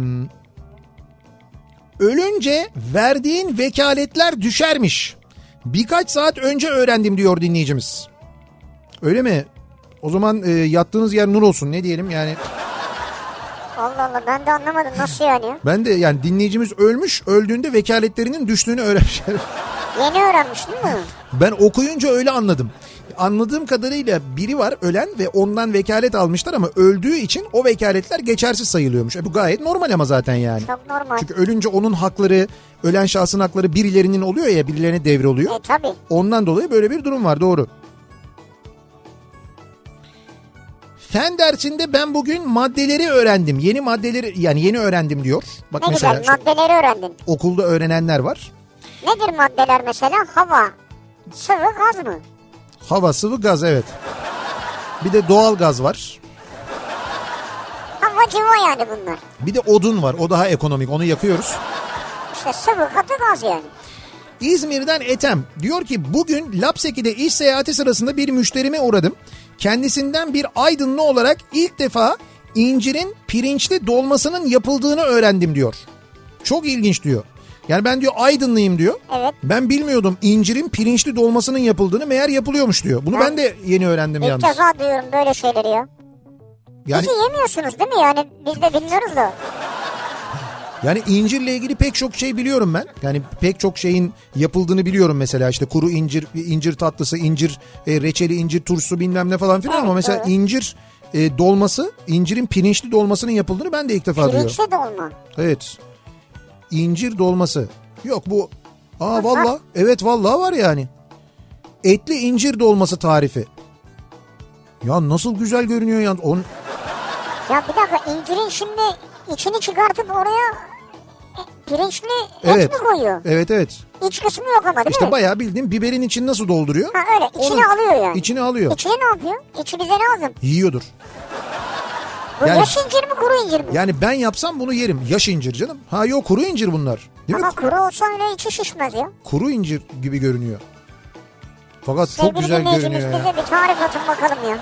ölünce verdiğin vekaletler düşermiş. Birkaç saat önce öğrendim diyor dinleyicimiz. Öyle mi? O zaman e, yattığınız yer nur olsun, ne diyelim yani. Allah Allah, ben de anlamadım nasıl yani. Ben de yani dinleyicimiz ölmüş, öldüğünde vekaletlerinin düştüğünü öğrenmiş. Yeni öğrenmiş değil mi? Ben okuyunca öyle anladım. Anladığım kadarıyla biri var ölen ve ondan vekalet almışlar ama öldüğü için o vekaletler geçersiz sayılıyormuş. E bu gayet normal ama zaten yani. Çok normal. Çünkü ölünce onun hakları, ölen şahsın hakları birilerinin oluyor ya, birilerine devroluyor. E tabii. Ondan dolayı böyle bir durum var, doğru. Fen dersinde ben bugün maddeleri öğrendim. Yeni maddeleri yani yeni öğrendim diyor. Bak ne mesela güzel, maddeleri öğrendin. Okulda öğrenenler var. Nedir maddeler mesela? Hava, sıvı, gaz mı? Hava, sıvı, gaz, evet. Bir de doğal gaz var. Hava civa yani bunlar. Bir de odun var, o daha ekonomik, onu yakıyoruz. İşte sıvı, katı, gaz yani. İzmir'den Ethem diyor ki bugün Lapseki'de iş seyahati sırasında bir müşterime uğradım. Kendisinden bir Aydınlı olarak ilk defa incirin pirinçli dolmasının yapıldığını öğrendim diyor. Çok ilginç diyor. Yani ben diyor Aydınlıyım diyor. Evet. Ben bilmiyordum incirin pirinçli dolmasının yapıldığını, meğer yapılıyormuş diyor. Bunu ben, ben de yeni öğrendim ilk yalnız. İlk defa duyuyorum böyle şeyleri ya. Yani, Bizi yemiyorsunuz değil mi yani, biz de bilmiyoruz da. Yani incirle ilgili pek çok şey biliyorum ben. Yani pek çok şeyin yapıldığını biliyorum mesela, işte kuru incir, incir tatlısı, incir e, reçeli, incir turşusu bilmem ne falan filan, evet, ama mesela evet. incir e, dolması, incirin pirinçli dolmasının yapıldığını ben de ilk defa duyuyorum. Pirinçli dolma. Evet. İncir dolması. Yok bu. Aa valla. Evet vallahi var yani. Etli incir dolması tarifi. Ya nasıl güzel görünüyor ya. On... Ya bir dakika, incirin şimdi içini çıkartıp oraya pirinçli evet. et mi koyuyor? Evet evet. İç kısmı yok ama değil işte mi? İşte bayağı bildiğin biberin içini nasıl dolduruyor? Ha öyle, içine Onu, alıyor yani. İçine alıyor. İçine ne yapıyor? İçi bize lazım. Yiyordur. Bu yani, yaş incir mi kuru incir mi? Yani ben yapsam bunu yerim. Yaş incir canım. Ha yok, kuru incir bunlar. Değil ama mi? kuru olsa öyle içi şişmez ya. Kuru incir gibi görünüyor. Fakat sevgili çok güzel görünüyor ya. Bize bir tarif atın bakalım ya.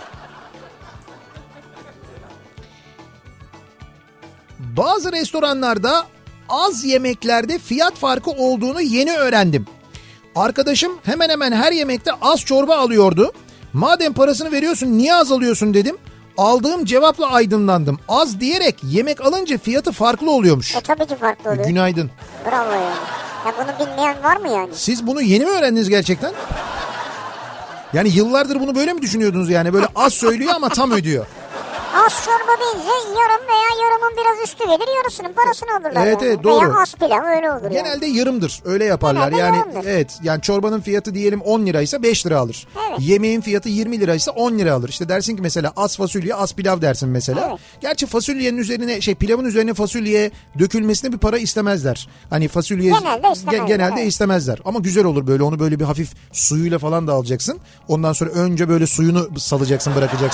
Bazı restoranlarda az yemeklerde fiyat farkı olduğunu yeni öğrendim. Arkadaşım hemen hemen her yemekte az çorba alıyordu. Madem parasını veriyorsun niye az alıyorsun dedim. Aldığım cevapla aydınlandım. Az diyerek yemek alınca fiyatı farklı oluyormuş. E tabii ki farklı oluyor. Günaydın. Bravo ya. Ya bunu bilmeyen var mı yani? Siz bunu yeni mi öğrendiniz gerçekten? Yani yıllardır bunu böyle mi düşünüyordunuz yani? Böyle az söylüyor ama tam ödüyor. Az çorba deyince yarım veya yarımın biraz üstü gelir, yarısının parasını alırlar. Evet yani. evet doğru. Veya az pilav öyle olur. Genelde yani. yarımdır, öyle yaparlar. Genelde yani yarımdır. Evet yani çorbanın fiyatı diyelim on liraysa beş lira alır. Evet. Yemeğin fiyatı yirmi liraysa on lira alır. İşte dersin ki mesela az fasulye az pilav dersin mesela. Evet. Gerçi fasulyenin üzerine şey pilavın üzerine fasulye dökülmesine bir para istemezler. Hani fasulye genelde istemezler. Genelde evet. istemezler. Ama güzel olur böyle, onu böyle bir hafif suyuyla falan da alacaksın. Ondan sonra önce böyle suyunu salacaksın, bırakacaksın.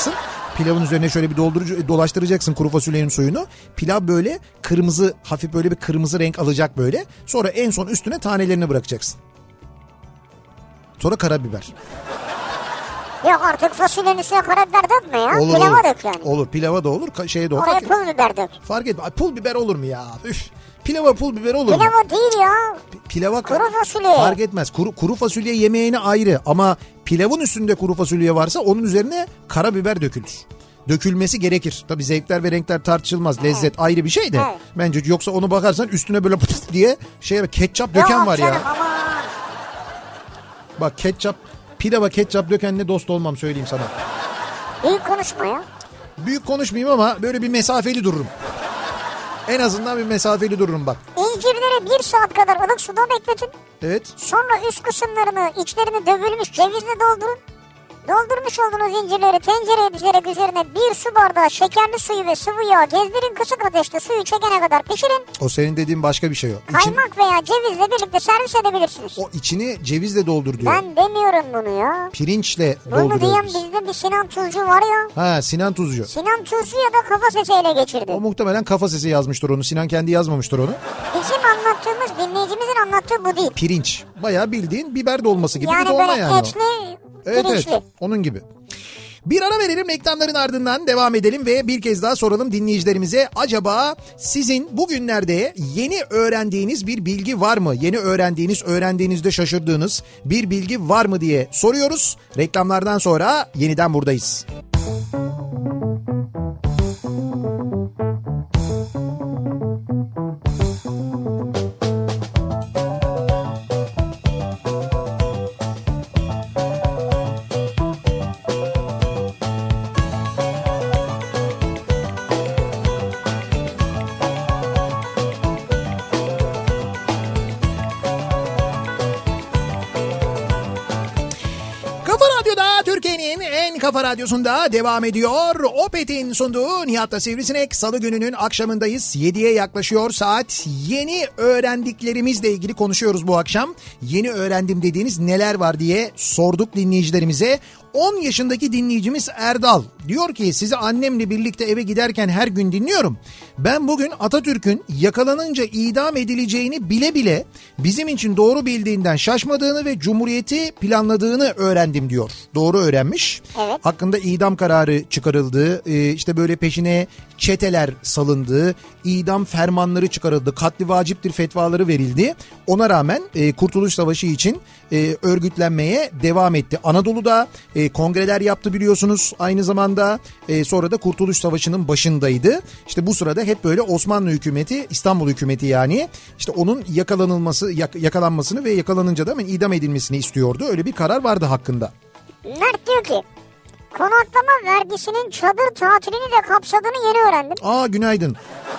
Pilavın üzerine şöyle bir doldurucu, dolaştıracaksın kuru fasulyenin suyunu. Pilav böyle kırmızı, hafif böyle bir kırmızı renk alacak böyle. Sonra en son üstüne tanelerini bırakacaksın. Sonra karabiber. Yok artık fasulyenin üstüne karabiber dökme ya. Olur, pilava olur. dök yani. Olur, pilava da olur, şeye de olur. Oraya pul biber dök. Fark etme. Pul biber olur mu ya? Üf. Pilava pul biber olur mu? Pilava değil ya. Pilava kuru fasulye. Fark etmez. Kuru, kuru fasulye yemeğine ayrı ama pilavın üstünde kuru fasulye varsa onun üzerine karabiber dökülür. Dökülmesi gerekir. Tabii zevkler ve renkler tartışılmaz. Lezzet evet. ayrı bir şey de. Evet. Bence yoksa onu bakarsan üstüne böyle pıf diye şey ketçap döken Yok var canım, ya. Aman. Bak ketçap, pilava ketçap dökenle dost olmam söyleyeyim sana. Büyük konuşma ya. Büyük konuşmayayım ama böyle bir mesafeli dururum. En azından bir mesafeli dururum bak. İncirleri bir saat kadar ılık suda bekletin. Evet. Sonra üst kısımlarını, içlerini dövülmüş cevizle doldurun. Doldurmuş olduğunuz incirleri tencereye dizerek üzerine bir su bardağı şekerli suyu ve sıvı yağ gezdirin. Kısık ateşte suyu çekene kadar pişirin. O senin dediğin başka bir şey o. Kaymak İçin... veya cevizle birlikte servis edebilirsiniz. O içini cevizle doldur diyor. Ben demiyorum bunu ya. Pirinçle bunu dolduruyoruz. Bunu diyen bizde bir Sinan Tuzcu var ya. Ha, Sinan Tuzcu. Sinan Tuzcu ya da Kafa Sesi ele geçirdi. O muhtemelen Kafa Sesi yazmıştır onu. Sinan kendi yazmamıştır onu. Bizim anlattığımız, dinleyicimizin anlattığı bu değil. Pirinç. Bayağı bildiğin biber dolması gibi yani bir dolma yani. Yani böyle etli, evet, pirinçli. Evet, onun gibi. Bir ara verelim, reklamların ardından devam edelim ve bir kez daha soralım dinleyicilerimize. Acaba sizin bugünlerde yeni öğrendiğiniz bir bilgi var mı? Yeni öğrendiğiniz, öğrendiğinizde şaşırdığınız bir bilgi var mı diye soruyoruz. Reklamlardan sonra yeniden buradayız. Kafa Radyosu'nda devam ediyor. Opet'in sunduğu Nihat'la Sivrisinek. Salı gününün akşamındayız. yediye yaklaşıyor saat. Yeni öğrendiklerimizle ilgili konuşuyoruz bu akşam. Yeni öğrendim dediğiniz neler var diye sorduk dinleyicilerimize. on yaşındaki dinleyicimiz Erdal diyor ki sizi annemle birlikte eve giderken her gün dinliyorum. Ben bugün Atatürk'ün yakalanınca idam edileceğini bile bile bizim için doğru bildiğinden şaşmadığını ve Cumhuriyeti planladığını öğrendim diyor. Doğru öğrenmiş. Evet. Hakkında idam kararı çıkarıldı. İşte böyle peşine çeteler salındı. İdam fermanları çıkarıldı. Katli vaciptir fetvaları verildi. Ona rağmen Kurtuluş Savaşı için örgütlenmeye devam etti. Anadolu'da E, kongreler yaptı biliyorsunuz aynı zamanda e, sonra da Kurtuluş Savaşı'nın başındaydı. İşte bu sırada hep böyle Osmanlı hükümeti, İstanbul hükümeti yani işte onun yakalanılması, yak, yakalanmasını ve yakalanınca da hemen idam edilmesini istiyordu. Öyle bir karar vardı hakkında. Mert diyor ki konaklama vergisinin çadır tatilini de kapsadığını yeni öğrendim. Aa, günaydın.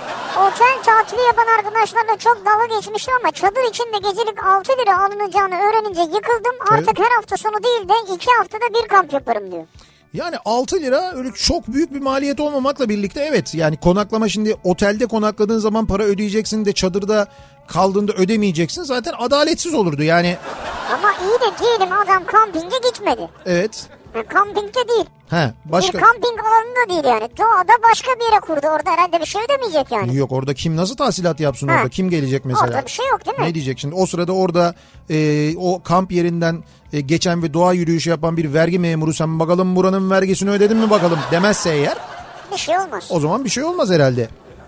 Otel tatili yapan arkadaşlarla çok dalga geçmiştim ama çadır içinde gecelik altı lira alınacağını öğrenince yıkıldım. Artık evet. Her hafta sonu değil de iki haftada bir kamp yaparım diyor. Yani altı lira öyle çok büyük bir maliyet olmamakla birlikte evet yani konaklama, şimdi otelde konakladığın zaman para ödeyeceksin de çadırda kaldığında ödemeyeceksin, zaten adaletsiz olurdu yani. Ama iyi de diyelim adam kampinge gitmedi. Evet. Yani kampingde değil. He, başka... Bir kamping alanında değil yani. Doğada başka bir yere kurdu. Orada herhalde bir şey ödemeyecek yani. Yok, orada kim nasıl tahsilat yapsın ha. Orada? Kim gelecek mesela? Orada bir şey yok değil mi? Ne diyecek şimdi? O sırada orada e, o kamp yerinden e, geçen ve doğa yürüyüşü yapan bir vergi memuru sen bakalım buranın vergisini ödedin mi bakalım demezse eğer. Bir şey olmaz. O zaman bir şey olmaz herhalde.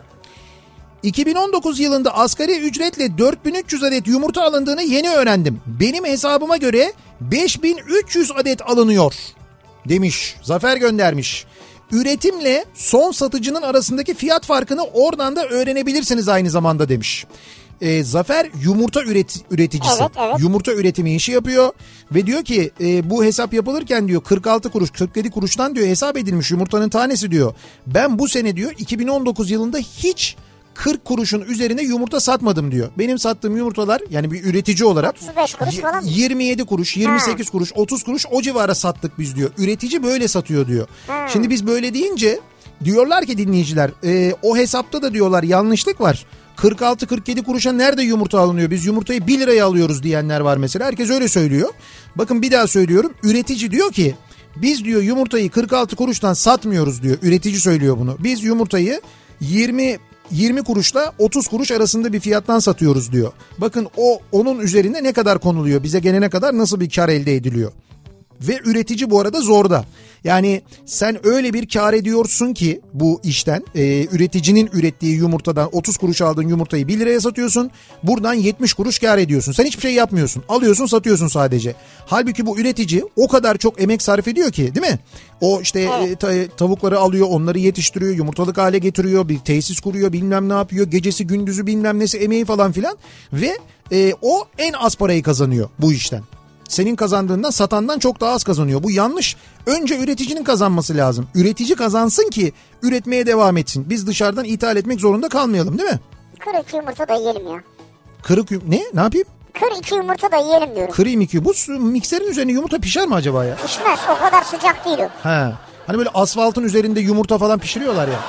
iki bin on dokuz yılında asgari ücretle dört bin üç yüz adet yumurta alındığını yeni öğrendim. Benim hesabıma göre beş bin üç yüz adet alınıyor demiş. Zafer göndermiş. Üretimle son satıcının arasındaki fiyat farkını oradan da öğrenebilirsiniz aynı zamanda demiş. Ee, Zafer yumurta üret, üreticisi. Evet, evet. Yumurta üretimi işi yapıyor ve diyor ki e, bu hesap yapılırken diyor kırk altı kuruş kırk yedi kuruştan diyor hesap edilmiş yumurtanın tanesi diyor. Ben bu sene diyor iki bin on dokuz yılında hiç kırk kuruşun üzerine yumurta satmadım diyor. Benim sattığım yumurtalar yani bir üretici olarak otuz beş kuruş falan. yirmi yedi kuruş, yirmi sekiz ha. kuruş, otuz kuruş o civara sattık biz diyor. Üretici böyle satıyor diyor. Ha. Şimdi biz böyle deyince diyorlar ki dinleyiciler e, o hesapta da diyorlar yanlışlık var. kırk altı kırk yedi kuruşa nerede yumurta alınıyor? Biz yumurtayı bir liraya alıyoruz diyenler var mesela. Herkes öyle söylüyor. Bakın bir daha söylüyorum. Üretici diyor ki Biz diyor yumurtayı kırk altı kuruştan satmıyoruz diyor. Üretici söylüyor bunu. Biz yumurtayı yirmi yirmi kuruşla otuz kuruş arasında bir fiyattan satıyoruz diyor. Bakın o onun üzerine ne kadar konuluyor? Bize gelene kadar nasıl bir kar elde ediliyor? Ve üretici bu arada zorda. Yani sen öyle bir kar ediyorsun ki bu işten e, üreticinin ürettiği yumurtadan otuz kuruş aldığın yumurtayı bir liraya satıyorsun. Buradan yetmiş kuruş kar ediyorsun. Sen hiçbir şey yapmıyorsun. Alıyorsun, satıyorsun sadece. Halbuki bu üretici o kadar çok emek sarf ediyor ki, değil mi? O işte e, ta, tavukları alıyor, onları yetiştiriyor, yumurtalık hale getiriyor, bir tesis kuruyor, bilmem ne yapıyor. Gecesi gündüzü bilmem nesi emeği falan filan. Ve e, o en az parayı kazanıyor bu işten. Senin kazandığından satandan çok daha az kazanıyor. Bu yanlış. Önce üreticinin kazanması lazım. Üretici kazansın ki üretmeye devam etsin. Biz dışarıdan ithal etmek zorunda kalmayalım, değil mi? Kır iki yumurta da yiyelim ya. Kırık yum- ne? Ne yapayım? Kır iki yumurta da yiyelim diyorum. Kırayım iki. Bu mikserin üzerine yumurta pişer mi acaba ya? Pişmez, o kadar sıcak değil o. He. Hani böyle asfaltın üzerinde yumurta falan pişiriyorlar ya.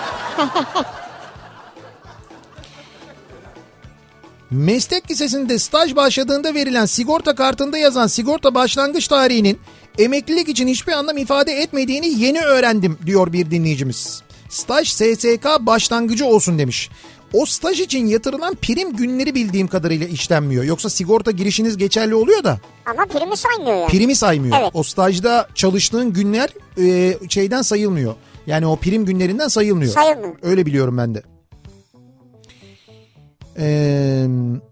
Meslek lisesinde staj başladığında verilen sigorta kartında yazan sigorta başlangıç tarihinin emeklilik için hiçbir anlam ifade etmediğini yeni öğrendim diyor bir dinleyicimiz. Staj S S K başlangıcı olsun demiş. O staj için yatırılan prim günleri bildiğim kadarıyla işlenmiyor. Yoksa sigorta girişiniz geçerli oluyor da. Ama primi saymıyor yani. Primi saymıyor. Evet. O stajda çalıştığın günler e, şeyden sayılmıyor. Yani o prim günlerinden sayılmıyor. Sayılmıyor. Öyle biliyorum ben de. Ee,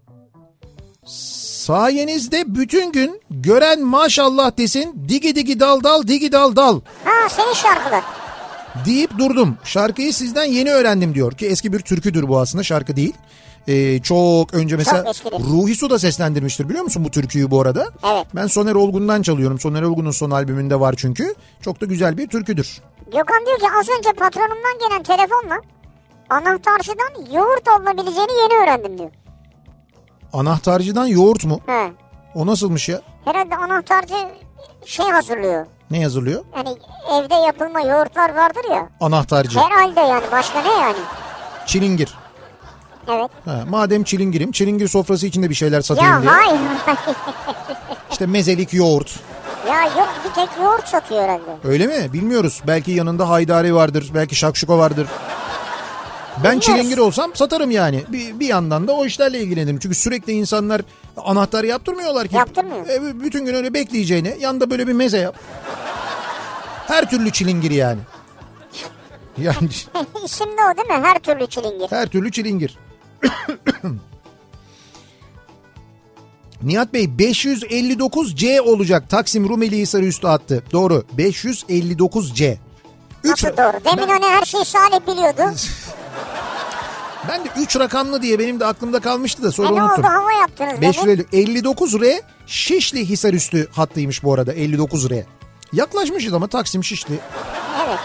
sayenizde bütün gün gören maşallah desin, digi digi dal dal digi dal dal. Ha, senin şarkılar. Deyip durdum. Şarkıyı sizden yeni öğrendim diyor ki eski bir türküdür bu, aslında şarkı değil. Ee, çok önce mesela çok Ruhi Su da seslendirmiştir, biliyor musun bu türküyü bu arada? Evet. Ben Soner Olgun'dan çalıyorum. Soner Olgun'un son albümünde var çünkü. Çok da güzel bir türküdür. Gökhan diyor ki az önce patronumdan gelen telefonla anahtarcıdan yoğurt alınabileceğini yeni öğrendim diyor. Anahtarcıdan yoğurt mu? He. O nasılmış ya? Herhalde anahtarcı şey hazırlıyor. Ne hazırlıyor? Hani evde yapılma yoğurtlar vardır ya. Anahtarcı. Herhalde yani, başka ne yani? Çilingir. Evet. Ha, madem çilingirim, çilingir sofrası içinde bir şeyler satayım ya diye. hayır. İşte mezelik yoğurt. Ya yok, bir tek yoğurt satıyor herhalde. Öyle mi? Bilmiyoruz. Belki yanında haydari vardır, belki şakşuka vardır. Ben Bilmiyoruz. çilingir olsam satarım yani. Bir, bir yandan da o işlerle ilgilenirim. Çünkü sürekli insanlar anahtar yaptırmıyorlar ki. Yaptırmıyor. E, bütün gün öyle bekleyeceğine yanında böyle bir meze yap. Her türlü çilingir yani. Yani İsim de o değil mi? Her türlü çilingir. her türlü çilingir. Nihat Bey beş yüz elli dokuz C olacak. Taksim Rumeli Hisarı üstü hattı. Doğru. beş yüz elli dokuz C. Nasıl doğru? Demin ben... hani her şeyi Salih biliyordu. Ben de üç rakamlı diye benim de aklımda kalmıştı da sonra e ne unuttum. oldu, hava yaptınız beş yüz elli, demin. elli dokuz R Şişli Hisar üstü hattıymış bu arada, elli dokuz R. Yaklaşmışız ama Taksim Şişli. Evet.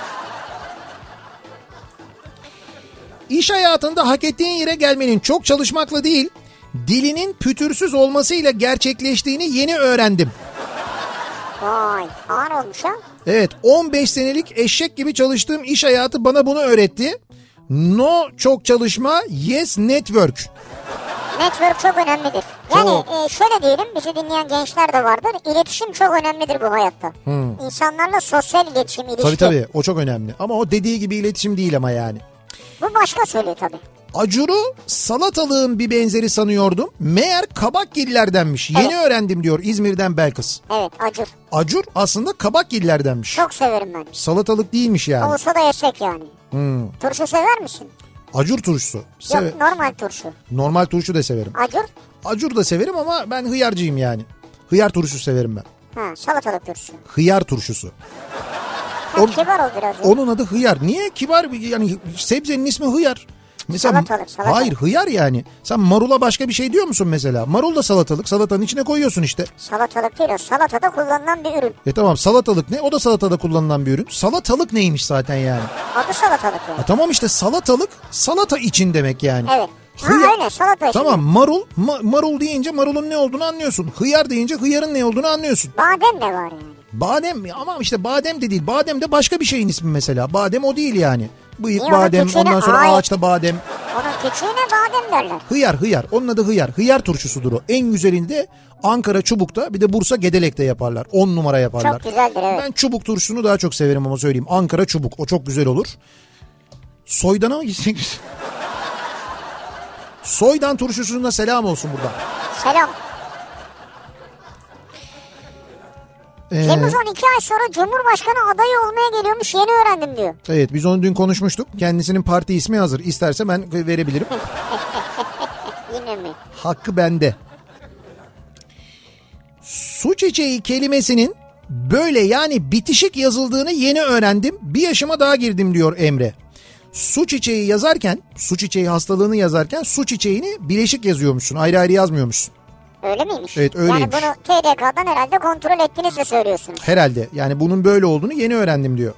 İş hayatında hak ettiğin yere gelmenin çok çalışmakla değil, dilinin pütürsüz olmasıyla gerçekleştiğini yeni öğrendim. Vay, ağır olmuş ha. Evet, on beş senelik eşek gibi çalıştığım iş hayatı bana bunu öğretti. No çok çalışma, yes network. Network çok önemlidir. Yani Çok. E, şöyle diyelim, bizi dinleyen gençler de vardır. İletişim çok önemlidir bu hayatta. Hmm. İnsanlarla sosyal iletişim, ilişki. Tabii tabii, o çok önemli. Ama o dediği gibi iletişim değil ama yani. Bu başka söylüyor tabii. Acuru salatalığın bir benzeri sanıyordum. Meğer kabakgillerdenmiş. Yeni Evet. öğrendim diyor İzmir'den Belkıs. Evet, acur. Acur aslında kabakgillerdenmiş. Çok severim ben. Salatalık değilmiş yani. Olsa da yesek yani. Hmm. Turşu sever misin? Acur turşusu. Seve- Yok, normal turşu. Normal turşu da severim. Acur? Acur da severim ama ben hıyarcıyım yani. Hıyar turşusu severim ben. Ha, salatalık turşusu. Hıyar turşusu. Ha, On- kibar ol biraz. ya. Onun adı hıyar. Niye kibar? Yani sebzenin ismi hıyar. Mesela, Salatalık, salatalık. Hayır, hıyar yani. Sen marula başka bir şey diyor musun mesela? Marul da salatalık. Salatanın içine koyuyorsun işte. Salatalık değil o. Salatada kullanılan bir ürün. E tamam, salatalık ne? O da salatada kullanılan bir ürün. Salatalık neymiş zaten yani? Adı salatalık yani. Ha, tamam işte, salatalık salata için demek yani. Evet. Ha Hıyar- öyle, salata için. Tamam, marul ma- marul deyince marulun ne olduğunu anlıyorsun. Hıyar deyince hıyarın ne olduğunu anlıyorsun. Badem de var yani. Badem ama işte badem de değil. Badem de başka bir şeyin ismi mesela. Badem o değil yani. Bıyık Niye, onun badem, Türkçe'de ondan sonra ait- ağaçta badem. Onun Küçüğüne badem derler. Hıyar hıyar. Onun adı hıyar. Hıyar turşusudur o. En güzelinde Ankara Çubuk'ta, bir de Bursa Gedelek'te yaparlar. On numara yaparlar. Çok güzeldir, evet. Ben Çubuk turşusunu daha çok severim ama söyleyeyim. Ankara Çubuk. O çok güzel olur. Soydan'a mı gitsek? Soydan turşusuna selam olsun buradan. Selam. Ee, Temmuz'dan iki ay sonra Cumhurbaşkanı adayı olmaya geliyormuş, yeni öğrendim diyor. Evet, biz onu dün konuşmuştuk. Kendisinin parti ismi hazır. İsterse ben verebilirim. Yine mi? Hakkı bende. Su çiçeği kelimesinin böyle, yani bitişik yazıldığını yeni öğrendim. Bir yaşıma daha girdim diyor Emre. Su çiçeği yazarken, su çiçeği hastalığını yazarken su çiçeğini bileşik yazıyormuşsun. Ayrı ayrı yazmıyormuşsun. Öyle miymiş? Evet, öyleymiş. Yani bunu T D K'dan herhalde kontrol ettiniz de söylüyorsunuz. Herhalde. Yani bunun böyle olduğunu yeni öğrendim diyor.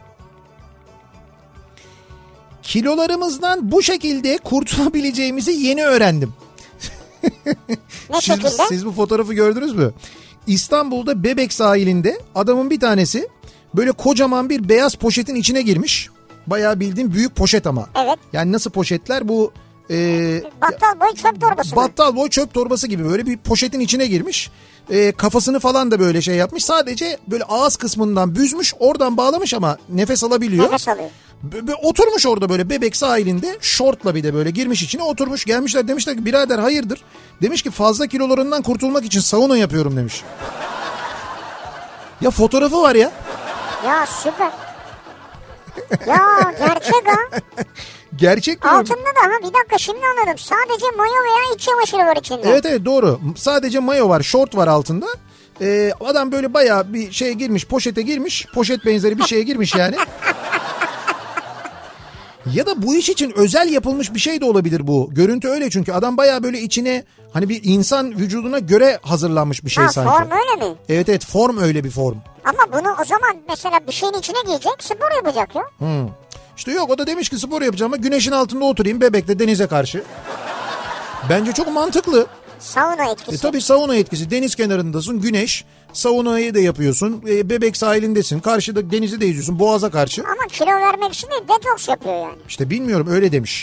Kilolarımızdan bu şekilde kurtulabileceğimizi yeni öğrendim. Ne siz, şekilde? Siz bu fotoğrafı gördünüz mü? İstanbul'da Bebek sahilinde adamın bir tanesi böyle kocaman bir beyaz poşetin içine girmiş. Bayağı bildiğim büyük poşet ama. Evet. Yani nasıl poşetler bu? E, Battal boy çöp torbası mı? Battal boy çöp torbası gibi böyle bir poşetin içine girmiş. E, kafasını falan da böyle şey yapmış. Sadece böyle ağız kısmından büzmüş, oradan bağlamış ama nefes alabiliyor. Nefes alıyor. B- oturmuş orada böyle Bebek sahilinde, şortla bir de böyle girmiş içine, oturmuş. Gelmişler, demişler ki birader hayırdır? Demiş ki fazla kilolarından kurtulmak için sauna yapıyorum demiş. Ya fotoğrafı var ya. Ya süper. Ya gerçek ha. Gerçek diyorum. Altında da ha, bir dakika şimdi anladım. Sadece mayo veya iç çamaşırı var içinde. Evet evet doğru. Sadece mayo var, şort var altında. Ee, adam böyle bayağı bir şeye girmiş, poşete girmiş. Poşet benzeri bir şeye girmiş yani. Ya da bu iş için özel yapılmış bir şey de olabilir bu. Görüntü öyle çünkü adam bayağı böyle içine hani bir insan vücuduna göre hazırlanmış bir şey ha, sanki. Form öyle mi? Evet evet, form öyle bir form. Ama bunu o zaman mesela bir şeyin içine giyecek, spor yapacak ya. Hmm. İşte yok, o da demiş ki spor yapacağım ama güneşin altında oturayım Bebek'te denize karşı. Bence çok mantıklı. Sauna etkisi. E tabii sauna etkisi. Deniz kenarındasın, güneş. Saunayı da yapıyorsun. E, Bebek sahilindesin. Karşıda denizi de yüzüyorsun, boğaza karşı. Ama kilo vermek için de detoks yapıyor yani. İşte bilmiyorum, öyle demiş.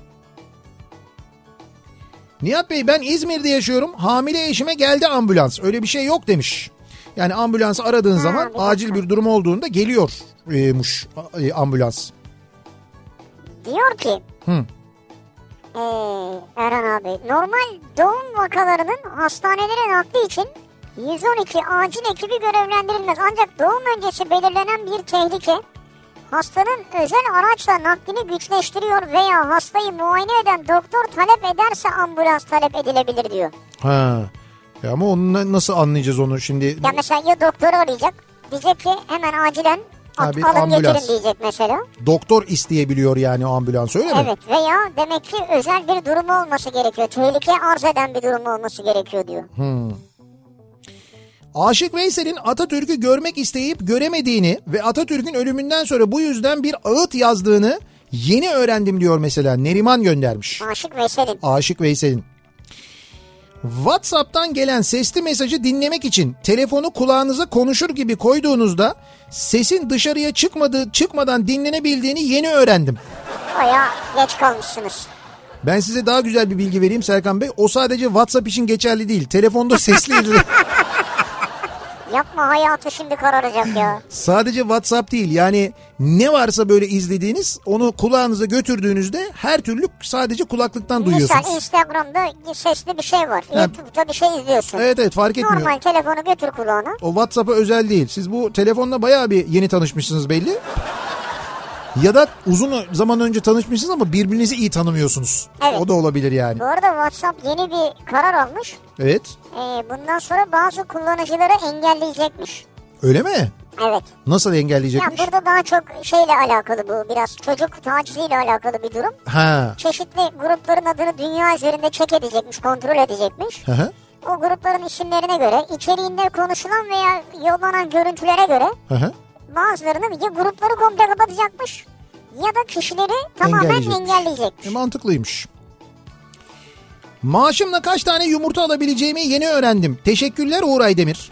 Nihat Bey, ben İzmir'de yaşıyorum. Hamile eşime geldi ambulans. Öyle bir şey yok demiş. Yani ambulans aradığın ha, zaman bir acil bir durum olduğunda geliyormuş e, ambulans. Diyor ki. Hı. Ee, Erhan abi, normal doğum vakalarının hastanelere nakli için yüz on iki acil ekibi görevlendirilmez. Ancak doğum öncesi belirlenen bir tehlike hastanın özel araçla naklini güçleştiriyor veya hastayı muayene eden doktor talep ederse ambulans talep edilebilir diyor. Ha. Ya ama onu nasıl anlayacağız onu şimdi? Ya mesela ya doktoru arayacak, diyecek ki hemen acilen at, bir alın ambulans. getirin diyecek mesela. Doktor isteyebiliyor yani o ambulans, öyle mi? Evet, veya demek ki özel bir durum olması gerekiyor. Tehlike arz eden bir durum olması gerekiyor diyor. Hmm. Aşık Veysel'in Atatürk'ü görmek isteyip göremediğini ve Atatürk'ün ölümünden sonra bu yüzden bir ağıt yazdığını yeni öğrendim diyor mesela. Neriman göndermiş. Aşık Veysel'in. Aşık Veysel'in. WhatsApp'tan gelen sesli mesajı dinlemek için telefonu kulağınıza konuşur gibi koyduğunuzda sesin dışarıya çıkmadığı, çıkmadan dinlenebildiğini yeni öğrendim. Bayağı geç kalmışsınız. Ben size daha güzel bir bilgi vereyim Serkan Bey. O sadece WhatsApp için geçerli değil. Telefonda sesli Yapma, hayatı şimdi kararacak ya. Sadece WhatsApp değil, yani ne varsa böyle izlediğiniz, onu kulağınıza götürdüğünüzde her türlü sadece kulaklıktan duyuyorsunuz. Mesela Instagram'da sesli bir şey var. Ha. YouTube'da bir şey izliyorsun. Evet evet, fark etmiyor. Normal telefonu götür kulağına. O WhatsApp'a özel değil. Siz bu telefonla bayağı bir yeni tanışmışsınız belli. Ya da uzun zaman önce tanışmışsınız ama birbirinizi iyi tanımıyorsunuz. Evet. O da olabilir yani. Bu arada WhatsApp yeni bir karar almış. Evet. Ee, bundan sonra bazı kullanıcıları engelleyecekmiş. Öyle mi? Evet. Nasıl engelleyecekmiş? Ya burada daha çok şeyle alakalı bu. Biraz çocuk taciziyle alakalı bir durum. Ha. Çeşitli grupların adını dünya üzerinde check edecekmiş, kontrol edecekmiş. Hı hı. O grupların isimlerine göre, içeriğinde konuşulan veya yollanan görüntülere göre hı hı. bazılarını ya grupları komple kapatacakmış ya da kişileri tamamen engelleyecekmiş. E, mantıklıymış. Maaşımla kaç tane yumurta alabileceğimi yeni öğrendim. Teşekkürler Uğur Aydemir.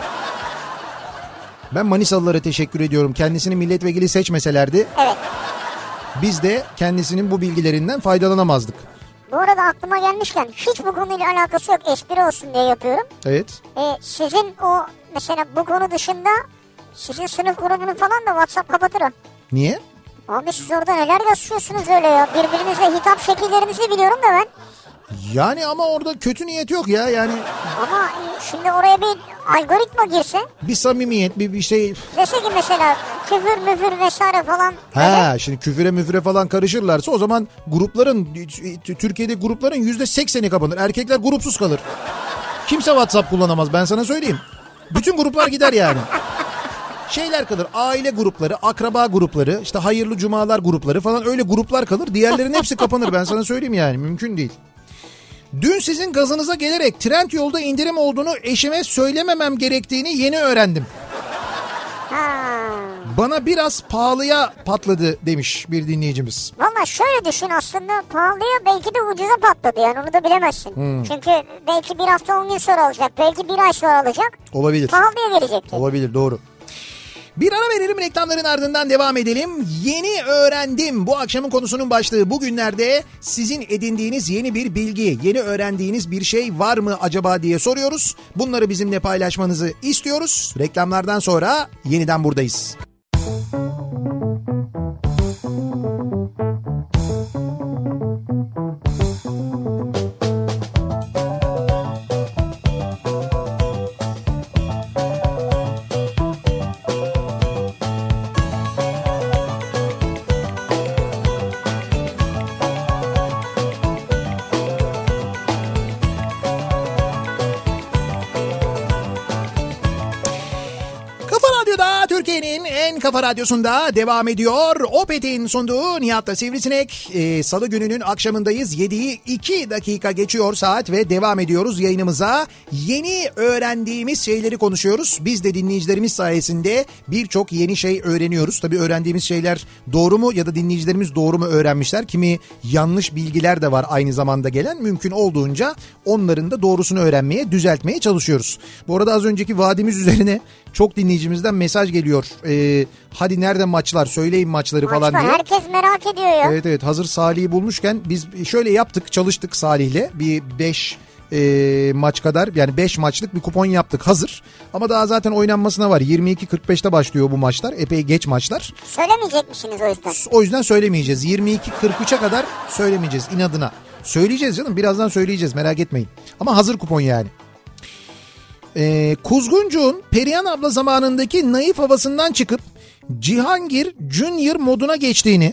Ben Manisalılara teşekkür ediyorum. Kendisini milletvekili seçmeselerdi. Evet. Biz de kendisinin bu bilgilerinden faydalanamazdık. Bu arada aklıma gelmişken hiç bu konuyla alakası yok. Espri olsun diye yapıyorum. Evet. Ee, sizin o mesela bu konu dışında sizin sınıf grubunu falan da WhatsApp kapatır o. Niye? Abi siz orada neler yazıyorsunuz öyle ya. Birbirinizle hitap şekillerinizi biliyorum da ben. Yani ama orada kötü niyet yok ya yani. Ama şimdi oraya bir algoritma girse. Bir samimiyet bir bir şey. Dese ki mesela küfür müfür vesaire falan. Ha öyle. Şimdi küfüre müfüre falan karışırlarsa o zaman grupların Türkiye'de grupların yüzde sekseni kapanır. Erkekler grupsuz kalır. Kimse WhatsApp kullanamaz ben sana söyleyeyim. Bütün gruplar gider yani. Şeyler kalır, aile grupları, akraba grupları, işte hayırlı cumalar grupları falan öyle gruplar kalır. Diğerlerinin hepsi kapanır ben sana söyleyeyim yani mümkün değil. Dün sizin gazınıza gelerek Trendyol'da indirim olduğunu eşime söylememem gerektiğini yeni öğrendim. Ha. Bana biraz pahalıya patladı demiş bir dinleyicimiz. Valla şöyle düşün aslında pahalıya belki de ucuza patladı yani onu da bilemezsin. Hmm. Çünkü belki bir hafta on gün sonra alacak, belki bir ay sonra alacak. Olabilir. Pahalıya gelecek. Olabilir doğru. Bir ara verelim, reklamların ardından devam edelim. Yeni öğrendim. Bu akşamın konusunun başlığı. Bugünlerde sizin edindiğiniz yeni bir bilgi, yeni öğrendiğiniz bir şey var mı acaba diye soruyoruz. Bunları bizimle paylaşmanızı istiyoruz. Reklamlardan sonra yeniden buradayız. Türkiye'nin en kafa radyosunda devam ediyor. Opet'in sunduğu Nihat'la Sivrisinek. Ee, Salı gününün akşamındayız. yediyi iki dakika geçiyor saat ve devam ediyoruz yayınımıza. Yeni öğrendiğimiz şeyleri konuşuyoruz. Biz de dinleyicilerimiz sayesinde birçok yeni şey öğreniyoruz. Tabii öğrendiğimiz şeyler doğru mu ya da dinleyicilerimiz doğru mu öğrenmişler? Kimi yanlış bilgiler de var aynı zamanda gelen. Mümkün olduğunca onların da doğrusunu öğrenmeye, düzeltmeye çalışıyoruz. Bu arada az önceki vaadimiz üzerine çok dinleyicimizden mesaj geliyor. Ee, hadi nerede maçlar, söyleyin maçları Maç falan var, diye. herkes merak ediyor ya. Evet evet, hazır Salih'i bulmuşken biz şöyle yaptık, çalıştık Salih'le. Bir beş e, maç kadar, yani beş maçlık bir kupon yaptık hazır. Ama daha zaten oynanmasına var. yirmi iki kırk beşte başlıyor bu maçlar. Epey geç maçlar. Söylemeyecek misiniz o yüzden? O yüzden söylemeyeceğiz. yirmi iki kırk üçe kadar söylemeyeceğiz inadına. Söyleyeceğiz canım, birazdan söyleyeceğiz, merak etmeyin. Ama hazır kupon yani. Ee, Kuzguncuğun Perihan abla zamanındaki naif havasından çıkıp Cihangir Junior moduna geçtiğini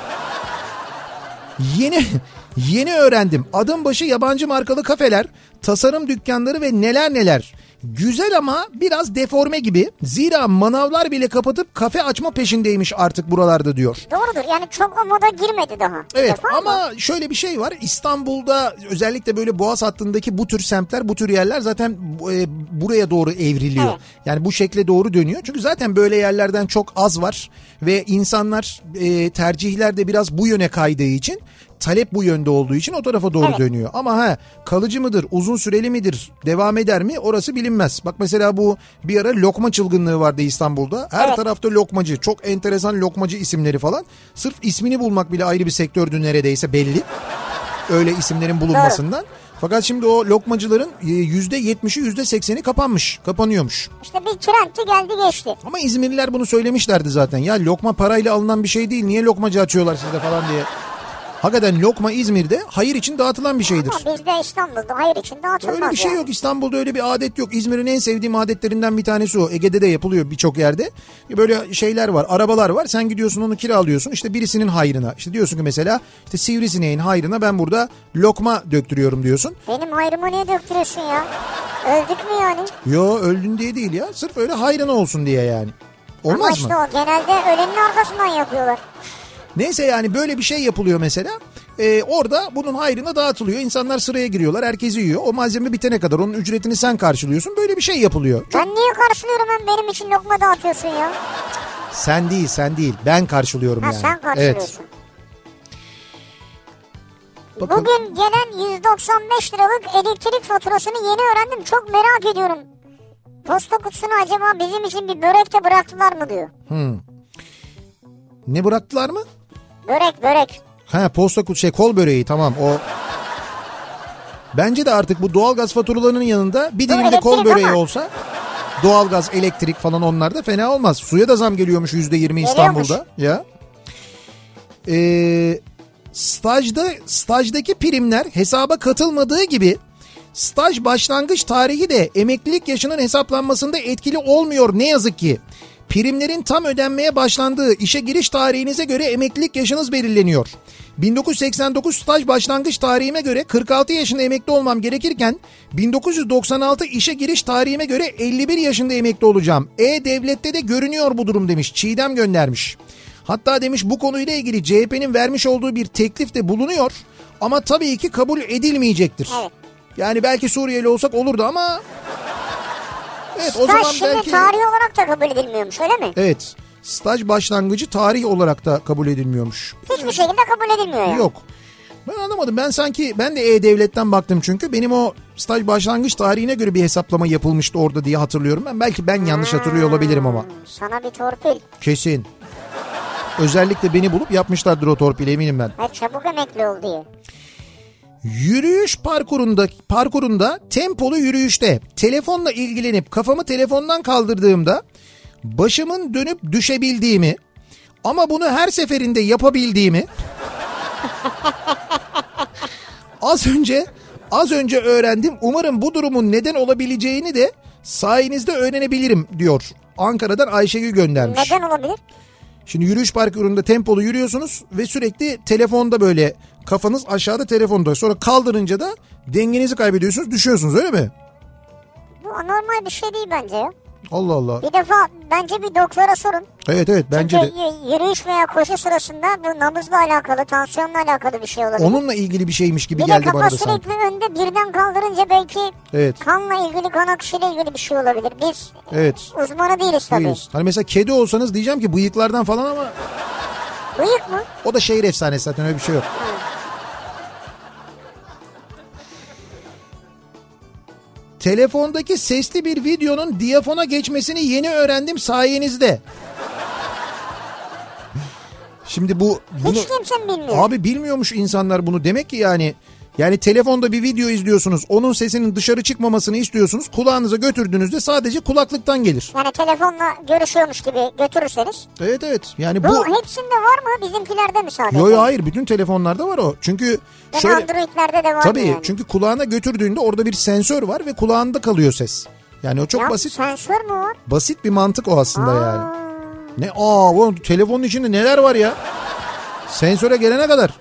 yeni yeni öğrendim. Adım başı yabancı markalı kafeler, tasarım dükkanları ve neler neler. Güzel ama biraz deforme gibi. Zira manavlar bile kapatıp kafe açma peşindeymiş artık buralarda diyor. Doğrudur, yani çok o moda girmedi daha. Evet ama mı? Şöyle bir şey var. İstanbul'da özellikle böyle Boğaz hattındaki bu tür semtler, bu tür yerler zaten e, buraya doğru evriliyor. Evet. Yani bu şekle doğru dönüyor. Çünkü zaten böyle yerlerden çok az var. Ve insanlar e, tercihler de biraz bu yöne kaydığı için, talep bu yönde olduğu için o tarafa doğru evet. dönüyor. Ama ha, kalıcı mıdır, uzun süreli midir, devam eder mi, orası bilinmez. Bak mesela bu bir ara lokma çılgınlığı vardı İstanbul'da. Her evet. tarafta lokmacı, çok enteresan lokmacı isimleri falan. Sırf ismini bulmak bile ayrı bir sektördü neredeyse, belli. Öyle isimlerin bulunmasından. Evet. Fakat şimdi o lokmacıların yüzde yetmişi yüzde sekseni kapanmış, kapanıyormuş. İşte bir trendti, geldi geçti. Ama İzmirliler bunu söylemişlerdi zaten. Ya lokma parayla alınan bir şey değil, niye lokmacı açıyorlar sizde falan diye. Hakikaten lokma İzmir'de hayır için dağıtılan bir şeydir. Ama bizde İstanbul'da hayır için dağıtılmaz. Öyle bir şey yani. Yok. İstanbul'da öyle bir adet yok. İzmir'in en sevdiğim adetlerinden bir tanesi o. Ege'de de yapılıyor birçok yerde. Böyle şeyler var, arabalar var. Sen gidiyorsun onu kiralıyorsun. İşte birisinin hayrına. İşte diyorsun ki mesela işte Sivrisineğin hayrına ben burada lokma döktürüyorum diyorsun. Benim hayrıma niye döktürüyorsun ya? Öldük mü yani? Yo, öldün diye değil ya. Sırf öyle hayrına olsun diye yani. Olmaz Ama işte mı? o genelde ölenin arkasından yapıyorlar. Neyse yani böyle bir şey yapılıyor mesela. Ee, orada bunun hayrına dağıtılıyor. İnsanlar sıraya giriyorlar. Herkes yiyor. O malzeme bitene kadar onun ücretini sen karşılıyorsun. Böyle bir şey yapılıyor. Çok... Ben niye karşılıyorum, hem benim için lokma dağıtıyorsun ya? Sen değil sen değil. Ben karşılıyorum ha, yani. Sen karşılıyorsun. Evet. Bakalım. Bugün gelen yüz doksan beş liralık elektrik faturasını yeni öğrendim. Çok merak ediyorum. Posta kutusunu acaba bizim için bir börek de bıraktılar mı diyor. Hmm. Ne bıraktılar mı? Börek börek. Ha, posta kutusu, şey, kol böreği, tamam o. Bence de artık bu doğalgaz faturalarının yanında bir dilim de kol elektrik böreği ama. olsa doğalgaz, elektrik falan onlar da fena olmaz. Suya da zam geliyormuş yüzde yirmi İstanbul'da. Ya. Ee, stajda stajdaki primler hesaba katılmadığı gibi staj başlangıç tarihi de emeklilik yaşının hesaplanmasında etkili olmuyor ne yazık ki. Primlerin tam ödenmeye başlandığı işe giriş tarihinize göre emeklilik yaşınız belirleniyor. bin dokuz yüz seksen dokuz staj başlangıç tarihime göre kırk altı yaşında emekli olmam gerekirken bin dokuz yüz doksan altı işe giriş tarihime göre elli bir yaşında emekli olacağım. E-Devlet'te de görünüyor bu durum demiş. Çiğdem göndermiş. Hatta demiş bu konuyla ilgili C H P'nin vermiş olduğu bir teklif de bulunuyor ama tabii ki kabul edilmeyecektir. Evet. Yani belki Suriyeli olsak olurdu ama evet, o Staj zaman şimdi belki tarih olarak da kabul edilmiyormuş öyle mi? evet. Staj başlangıcı tarih olarak da kabul edilmiyormuş. Hiçbir şekilde kabul edilmiyor yani. Yok. Ben anlamadım. Ben sanki ben de E-Devlet'ten baktım çünkü. Benim o staj başlangıç tarihine göre bir hesaplama yapılmıştı orada diye hatırlıyorum. Ben belki ben yanlış hatırlıyor olabilirim ama. Sana bir torpil. Kesin. Özellikle beni bulup yapmışlardır o torpili eminim ben. Hayır, çabuk emekli ol diye. Yürüyüş parkurunda parkurunda tempolu yürüyüşte telefonla ilgilenip kafamı telefondan kaldırdığımda başımın dönüp düşebildiğimi ama bunu her seferinde yapabildiğimi az önce az önce öğrendim. Umarım bu durumun neden olabileceğini de sayenizde öğrenebilirim diyor. Ankara'dan Ayşegül göndermiş. Neden olabilir? Şimdi yürüyüş parkurunda tempolu yürüyorsunuz ve sürekli telefonda böyle kafanız aşağıda telefonda. Sonra kaldırınca da dengenizi kaybediyorsunuz, düşüyorsunuz öyle mi? Bu anormal bir şey değil bence ya. Allah Allah. Bir defa bence bir doktora sorun. Evet evet bence Çünkü de. y- yürüyüş veya koşu sırasında bu nabızla alakalı, tansiyonla alakalı bir şey olabilir. Onunla ilgili bir şeymiş gibi bir geldi de bana kafa da sanki. sürekli önde, birden kaldırınca belki Evet. kanla ilgili, kan akışıyla ilgili bir şey olabilir. Biz Evet. uzmanı değiliz tabii. Değiliz. Hani mesela kedi olsanız diyeceğim ki bıyıklardan falan ama Bıyık mı? o da şehir efsanesi zaten öyle bir şey yok. Telefondaki sesli bir videonun diyafona geçmesini yeni öğrendim sayenizde. Şimdi bu bunu Hiç kimse bilmiyor. abi bilmiyormuş insanlar bunu demek ki yani yani telefonda bir video izliyorsunuz, onun sesinin dışarı çıkmamasını istiyorsunuz, kulağınıza götürdüğünüzde sadece kulaklıktan gelir. Yani telefonla görüşüyormuş gibi götürürseniz. Evet evet yani Bu, bu hepsinde var mı? Bizimkilerde mi sadece? Yo yo hayır, bütün telefonlarda var o. Çünkü Ve şöyle Android'lerde de var tabii yani. çünkü kulağına götürdüğünde orada bir sensör var ve kulağında kalıyor ses. Yani o çok Ya, basit sensör mü var? basit bir mantık o aslında Aa. yani. Ne aa bu telefonun içinde neler var ya? Sensöre gelene kadar.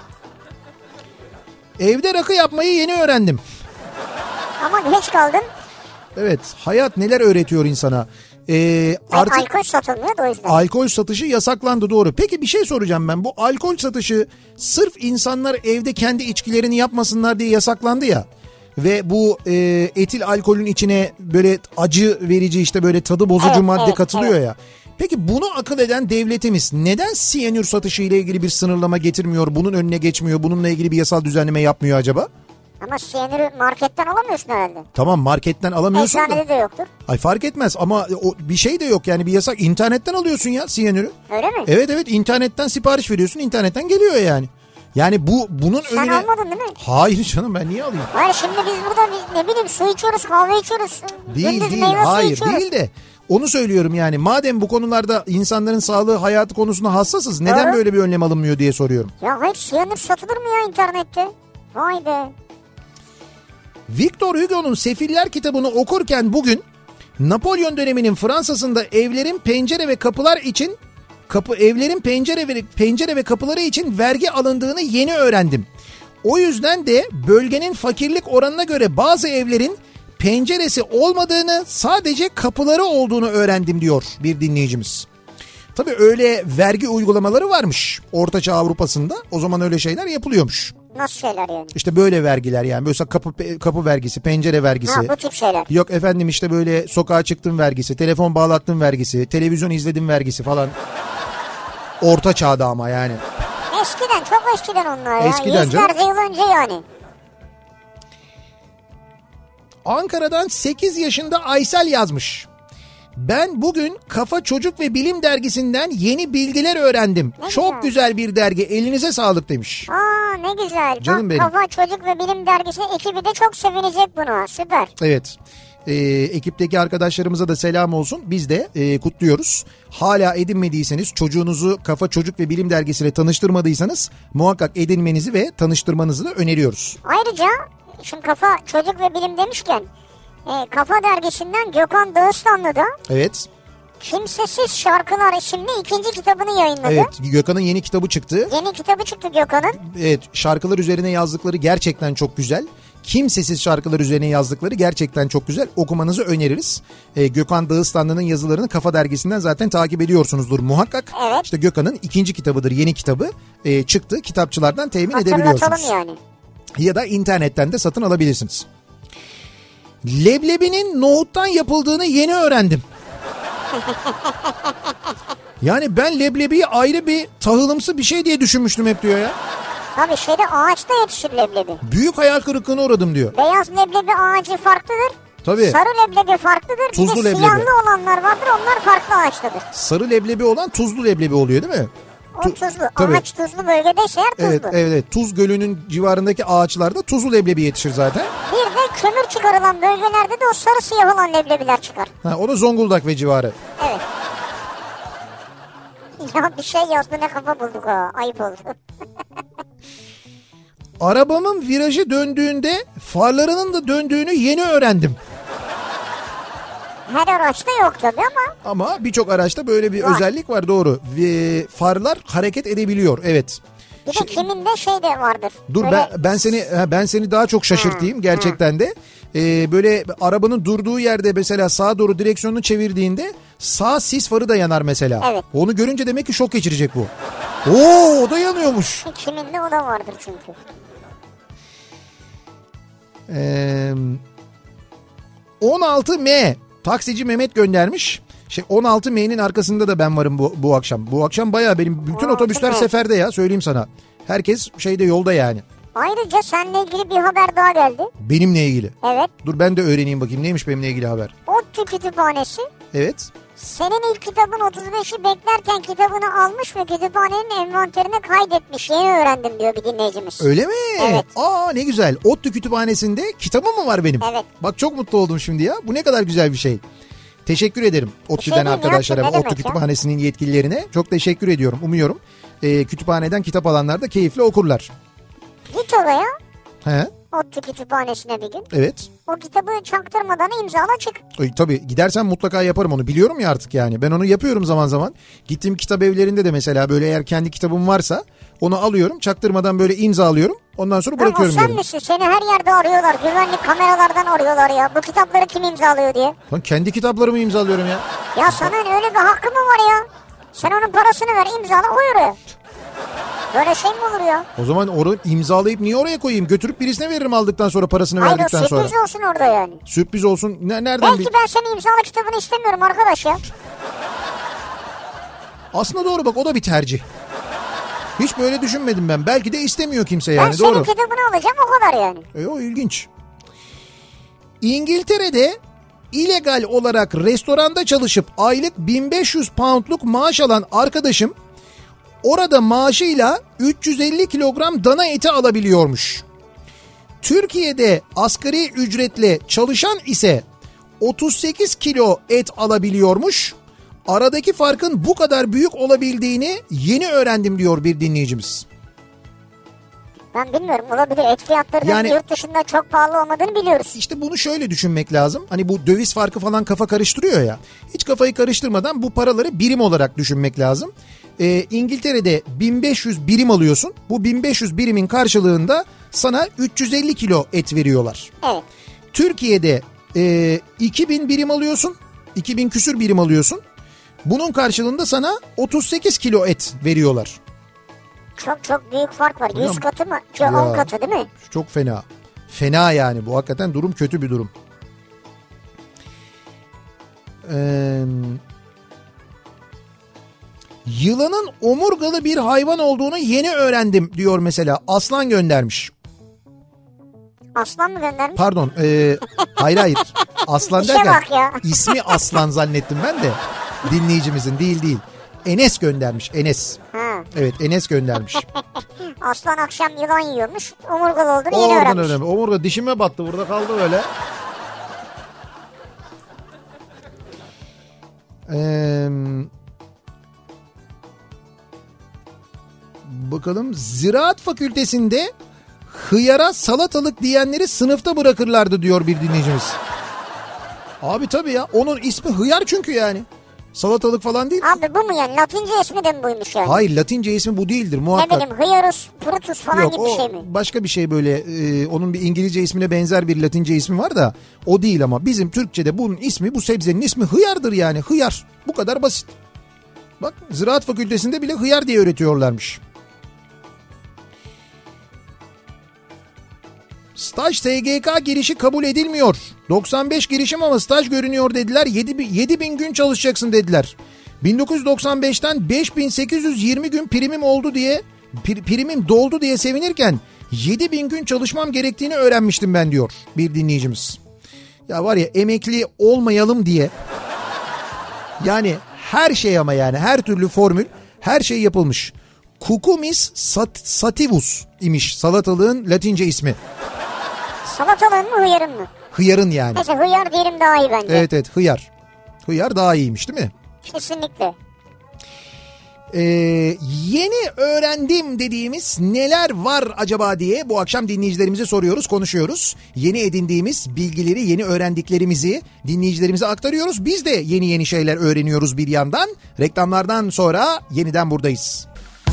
Evde rakı yapmayı yeni öğrendim. Ama geç kaldın. Evet, hayat neler öğretiyor insana. Ee, Artık... artık Alkol satılmıyor da o yüzden. alkol satışı yasaklandı, doğru. Peki bir şey soracağım ben. Bu alkol satışı sırf insanlar evde kendi içkilerini yapmasınlar diye yasaklandı ya. Ve bu e, etil alkolün içine böyle acı verici, işte böyle tadı bozucu Evet, madde evet, katılıyor evet. ya. Peki bunu akıl eden devletimiz neden siyanür satışı ile ilgili bir sınırlama getirmiyor? Bunun önüne geçmiyor. Bununla ilgili bir yasal düzenleme yapmıyor acaba? Ama siyanürü marketten alamıyorsun herhalde. Tamam, marketten alamıyorsun da. Eczanede de yoktur. Ay fark etmez ama o, bir şey de yok yani, bir yasak. İnternetten alıyorsun ya siyanürü. Öyle mi? Evet evet, internetten sipariş veriyorsun, internetten geliyor yani. Yani bu bunun Sen önüne... almadın değil mi? Hayır canım, ben niye alayım? Hayır, şimdi biz burada biz, ne bileyim su içiyoruz, kahve içiyoruz. Değil gündüz değil meyve suyu hayır içiyoruz. değil de onu söylüyorum yani, madem bu konularda insanların sağlığı hayatı konusunda hassasız, neden Doğru. böyle bir önlem alınmıyor diye soruyorum. Ya hayır, siyanür satılır mı ya internette? Vay be. Victor Hugo'nun Sefiller kitabını okurken bugün Napolyon döneminin Fransa'sında evlerin pencere ve kapılar için kapı evlerin pencere ve pencere ve kapıları için vergi alındığını yeni öğrendim. O yüzden de bölgenin fakirlik oranına göre bazı evlerin penceresi olmadığını, sadece kapıları olduğunu öğrendim diyor bir dinleyicimiz. Tabii öyle vergi uygulamaları varmış Ortaçağ Avrupa'sında. O zaman öyle şeyler yapılıyormuş. Nasıl şeyler yani? İşte böyle vergiler yani, böyle kapı kapı vergisi, pencere vergisi. Ha, bu tip şeyler. Yok efendim, işte böyle sokağa çıktın vergisi, telefon bağlattın vergisi, televizyon izledin vergisi falan. Orta çağda ama yani. Eskiden, çok eskiden onlar ya. Eskiden Yüzlerce yıl önce yani. Ankara'dan sekiz yaşında Aysel yazmış. Ben bugün Kafa Çocuk ve Bilim dergisinden yeni bilgiler öğrendim. Ne Çok güzel. güzel bir dergi, elinize sağlık demiş. Aa, ne güzel. Canım Bak, benim. Kafa Çocuk ve Bilim Dergisi ekibi de çok sevinecek buna. Süper. Evet. Ee, ekipteki arkadaşlarımıza da selam olsun. Biz de e, kutluyoruz. Hala edinmediyseniz, çocuğunuzu Kafa Çocuk ve Bilim Dergisi'yle tanıştırmadıysanız muhakkak edinmenizi ve tanıştırmanızı da öneriyoruz. Ayrıca şimdi Kafa Çocuk ve Bilim demişken e, Kafa Dergisi'nden Gökhan Dağıstanlı da Evet. Kimsesiz Şarkılar isimli ikinci kitabını yayınladı. Evet, Gökhan'ın yeni kitabı çıktı. Yeni kitabı çıktı Gökhan'ın. Evet, şarkılar üzerine yazdıkları gerçekten çok güzel. Kimsesiz şarkılar üzerine yazdıkları gerçekten çok güzel. Okumanızı öneririz. Ee, Gökhan Dağıstanlı'nın yazılarını Kafa Dergisi'nden zaten takip ediyorsunuzdur muhakkak. Evet. İşte Gökhan'ın ikinci kitabıdır, yeni kitabı e, çıktı. Kitapçılardan temin edebiliyorsunuz. Hatırlatalım yani. Ya da internetten de satın alabilirsiniz. Leblebinin nohuttan yapıldığını yeni öğrendim. Yani ben leblebiyi ayrı bir tahılımsı bir şey diye düşünmüştüm hep diyor ya. Tabii şeyde ağaçta yetişir leblebi. Büyük hayal kırıklığına uğradım diyor. Beyaz leblebi ağacı farklıdır. Tabii. Sarı leblebi farklıdır. Tuzlu bir de leblebi. siyahlı olanlar vardır, onlar farklı ağaçtadır. Sarı leblebi olan tuzlu leblebi oluyor değil mi? O Tu- tuzlu. Tabii. Ağaç tuzlu bölgedeyse eğer tuzlu. Evet, evet, evet. Tuz Gölü'nün civarındaki ağaçlarda tuzlu leblebi yetişir zaten. Bir de kömür çıkarılan bölgelerde de o sarı siyah olan leblebiler çıkar. Ha, o da Zonguldak ve civarı. Evet. Ya bir şey yazdı, ne kafa bulduk ha. Ayıp oldu. Arabamın virajı döndüğünde farlarının da döndüğünü yeni öğrendim. Her araçta yok tabii ama. Ama birçok araçta böyle bir Var. özellik var, doğru. Ve farlar hareket edebiliyor, evet. Bir de Şi- kiminde şey de vardır. Dur Böyle ben ben seni ha, ben seni daha çok şaşırtayım gerçekten de. Ee, böyle arabanın durduğu yerde mesela sağa doğru direksiyonunu çevirdiğinde sağ sis farı da yanar mesela. Evet. Onu görünce demek ki şok geçirecek bu. Oo, o da yanıyormuş. Kiminde o da vardır çünkü. Ee, on altı M taksici Mehmet göndermiş. Şey on altı M'nin arkasında da ben varım bu, bu akşam. Bu akşam bayağı benim bütün on altı otobüsler M. seferde ya, söyleyeyim sana. Herkes şeyde, yolda yani. Ayrıca seninle ilgili bir haber daha geldi. Benimle ilgili. Evet. Dur ben de öğreneyim bakayım neymiş benimle ilgili haber. ODTÜ Kütüphanesi Evet. senin ilk kitabın otuz beşi beklerken kitabını almış ve kütüphanenin envanterine kaydetmiş. Yeni öğrendim diyor bir dinleyicimiz. Öyle mi? Evet. Aa, ne güzel. ODTÜ Kütüphanesi'nde kitabım mı var benim? Evet. Bak çok mutlu oldum şimdi ya. Bu ne kadar güzel bir şey. Teşekkür ederim ODTÜ'den şey diyeyim ya, arkadaşlara, ne ODTÜ demek ya? Kütüphanesi'nin yetkililerine. Çok teşekkür ediyorum. Umuyorum e, kütüphaneden kitap alanlar da keyifle okurlar. Git oraya. He? ODTÜ Kütüphanesi'ne bir gün. Evet. O kitabı çaktırmadan imzala çık. E, tabii gidersen mutlaka yaparım onu. Biliyorum ya artık yani. Ben onu yapıyorum zaman zaman. Gittiğim kitap evlerinde de mesela böyle eğer kendi kitabım varsa onu alıyorum. Çaktırmadan böyle imzalıyorum. Ondan sonra Ama bırakıyorum sen yerine. misin? Seni her yerde arıyorlar. Güvenlik kameralardan arıyorlar ya. Bu kitapları kim imzalıyor diye. Lan kendi kitaplarımı imzalıyorum ya. Ya sana öyle bir hakkı mı var ya? Sen onun parasını ver, imzala, koy oraya. Böyle şey mi olur ya? O zaman onu imzalayıp niye oraya koyayım? Götürüp birisine veririm aldıktan sonra, parasını Hayır, o verdikten sürpriz sonra. olsun orada yani. Sürpriz olsun. Ne, nereden Belki bil- ben senin imzalı kitabını istemiyorum arkadaş ya. Aslında doğru, bak o da bir tercih. Hiç böyle düşünmedim ben. Belki de istemiyor kimse Ben yani, senin doğru. kitabını alacağım, o kadar yani. E, o ilginç. İngiltere'de illegal olarak restoranda çalışıp aylık bin beş yüz poundluk maaş alan arkadaşım orada maaşıyla üç yüz elli kilogram dana eti alabiliyormuş. Türkiye'de asgari ücretle çalışan ise otuz sekiz kilo et alabiliyormuş. Aradaki farkın bu kadar büyük olabildiğini yeni öğrendim diyor bir dinleyicimiz. Ben bilmiyorum, olabilir. Et fiyatları da Yani- yurt dışında çok pahalı olmadığını biliyoruz. İşte bunu şöyle düşünmek lazım. Hani bu döviz farkı falan kafa karıştırıyor ya. Hiç kafayı karıştırmadan bu paraları birim olarak düşünmek lazım. Ee, İngiltere'de bin beş yüz birim alıyorsun. Bu bin beş yüz birimin karşılığında sana üç yüz elli kilo et veriyorlar. Evet. Türkiye'de e, iki bin birim alıyorsun. iki bin küsür birim alıyorsun. Bunun karşılığında sana otuz sekiz kilo et veriyorlar. Çok çok büyük fark var. Hocam, yüz katı mı? Şu ya. on katı değil mi? Çok fena. Fena yani, bu hakikaten durum kötü bir durum. Ee, yılanın omurgalı bir hayvan olduğunu yeni öğrendim diyor mesela. Aslan göndermiş. Aslan mı göndermiş? Pardon. E, hayır hayır. Aslan İşe derken bak ya. ismi Aslan zannettim ben de. Dinleyicimizin değil değil. Enes göndermiş. Enes. Ha. Evet, Enes göndermiş. Aslan akşam yılan yiyormuş. Omurgalı olduğunu yeni Oradan öğrenmiş. önemli. Omurga dişime battı, burada kaldı böyle. Eee... Bakalım, Ziraat Fakültesinde hıyara salatalık diyenleri sınıfta bırakırlardı diyor bir dinleyicimiz. Abi tabii ya, onun ismi hıyar çünkü yani. Salatalık falan değil. Abi bu mu yani? Latince ismi de mi buymuş yani? Hayır, Latince ismi bu değildir muhakkak. Ne bileyim, hıyarus, prutus falan Yok, gibi bir o şey mi? başka bir şey böyle, e, onun bir İngilizce ismine benzer bir Latince ismi var da o değil ama bizim Türkçe'de bunun ismi, bu sebzenin ismi hıyardır yani, hıyar. Bu kadar basit. Bak, Ziraat Fakültesinde bile hıyar diye öğretiyorlarmış. Staj S G K girişi kabul edilmiyor. doksan beş girişim ama staj görünüyor dediler. yedi bin gün çalışacaksın dediler. bin dokuz yüz doksan beşten beş bin sekiz yüz yirmi gün primim oldu diye, primim doldu diye sevinirken yedi bin gün çalışmam gerektiğini öğrenmiştim ben diyor bir dinleyicimiz. Ya var ya, emekli olmayalım diye yani her şey, ama yani her türlü formül, her şey yapılmış. Cucumis sat, sativus imiş salatalığın Latince ismi. Salatalığın mı, hıyarın mı? Hıyarın yani. Neyse, hıyar diyelim daha iyi bence. Evet evet, hıyar. Hıyar daha iyiymiş değil mi? Kesinlikle. Ee, yeni öğrendim dediğimiz neler var acaba diye bu akşam dinleyicilerimize soruyoruz, konuşuyoruz. Yeni edindiğimiz bilgileri, yeni öğrendiklerimizi dinleyicilerimize aktarıyoruz. Biz de yeni yeni şeyler öğreniyoruz bir yandan. Reklamlardan sonra yeniden buradayız.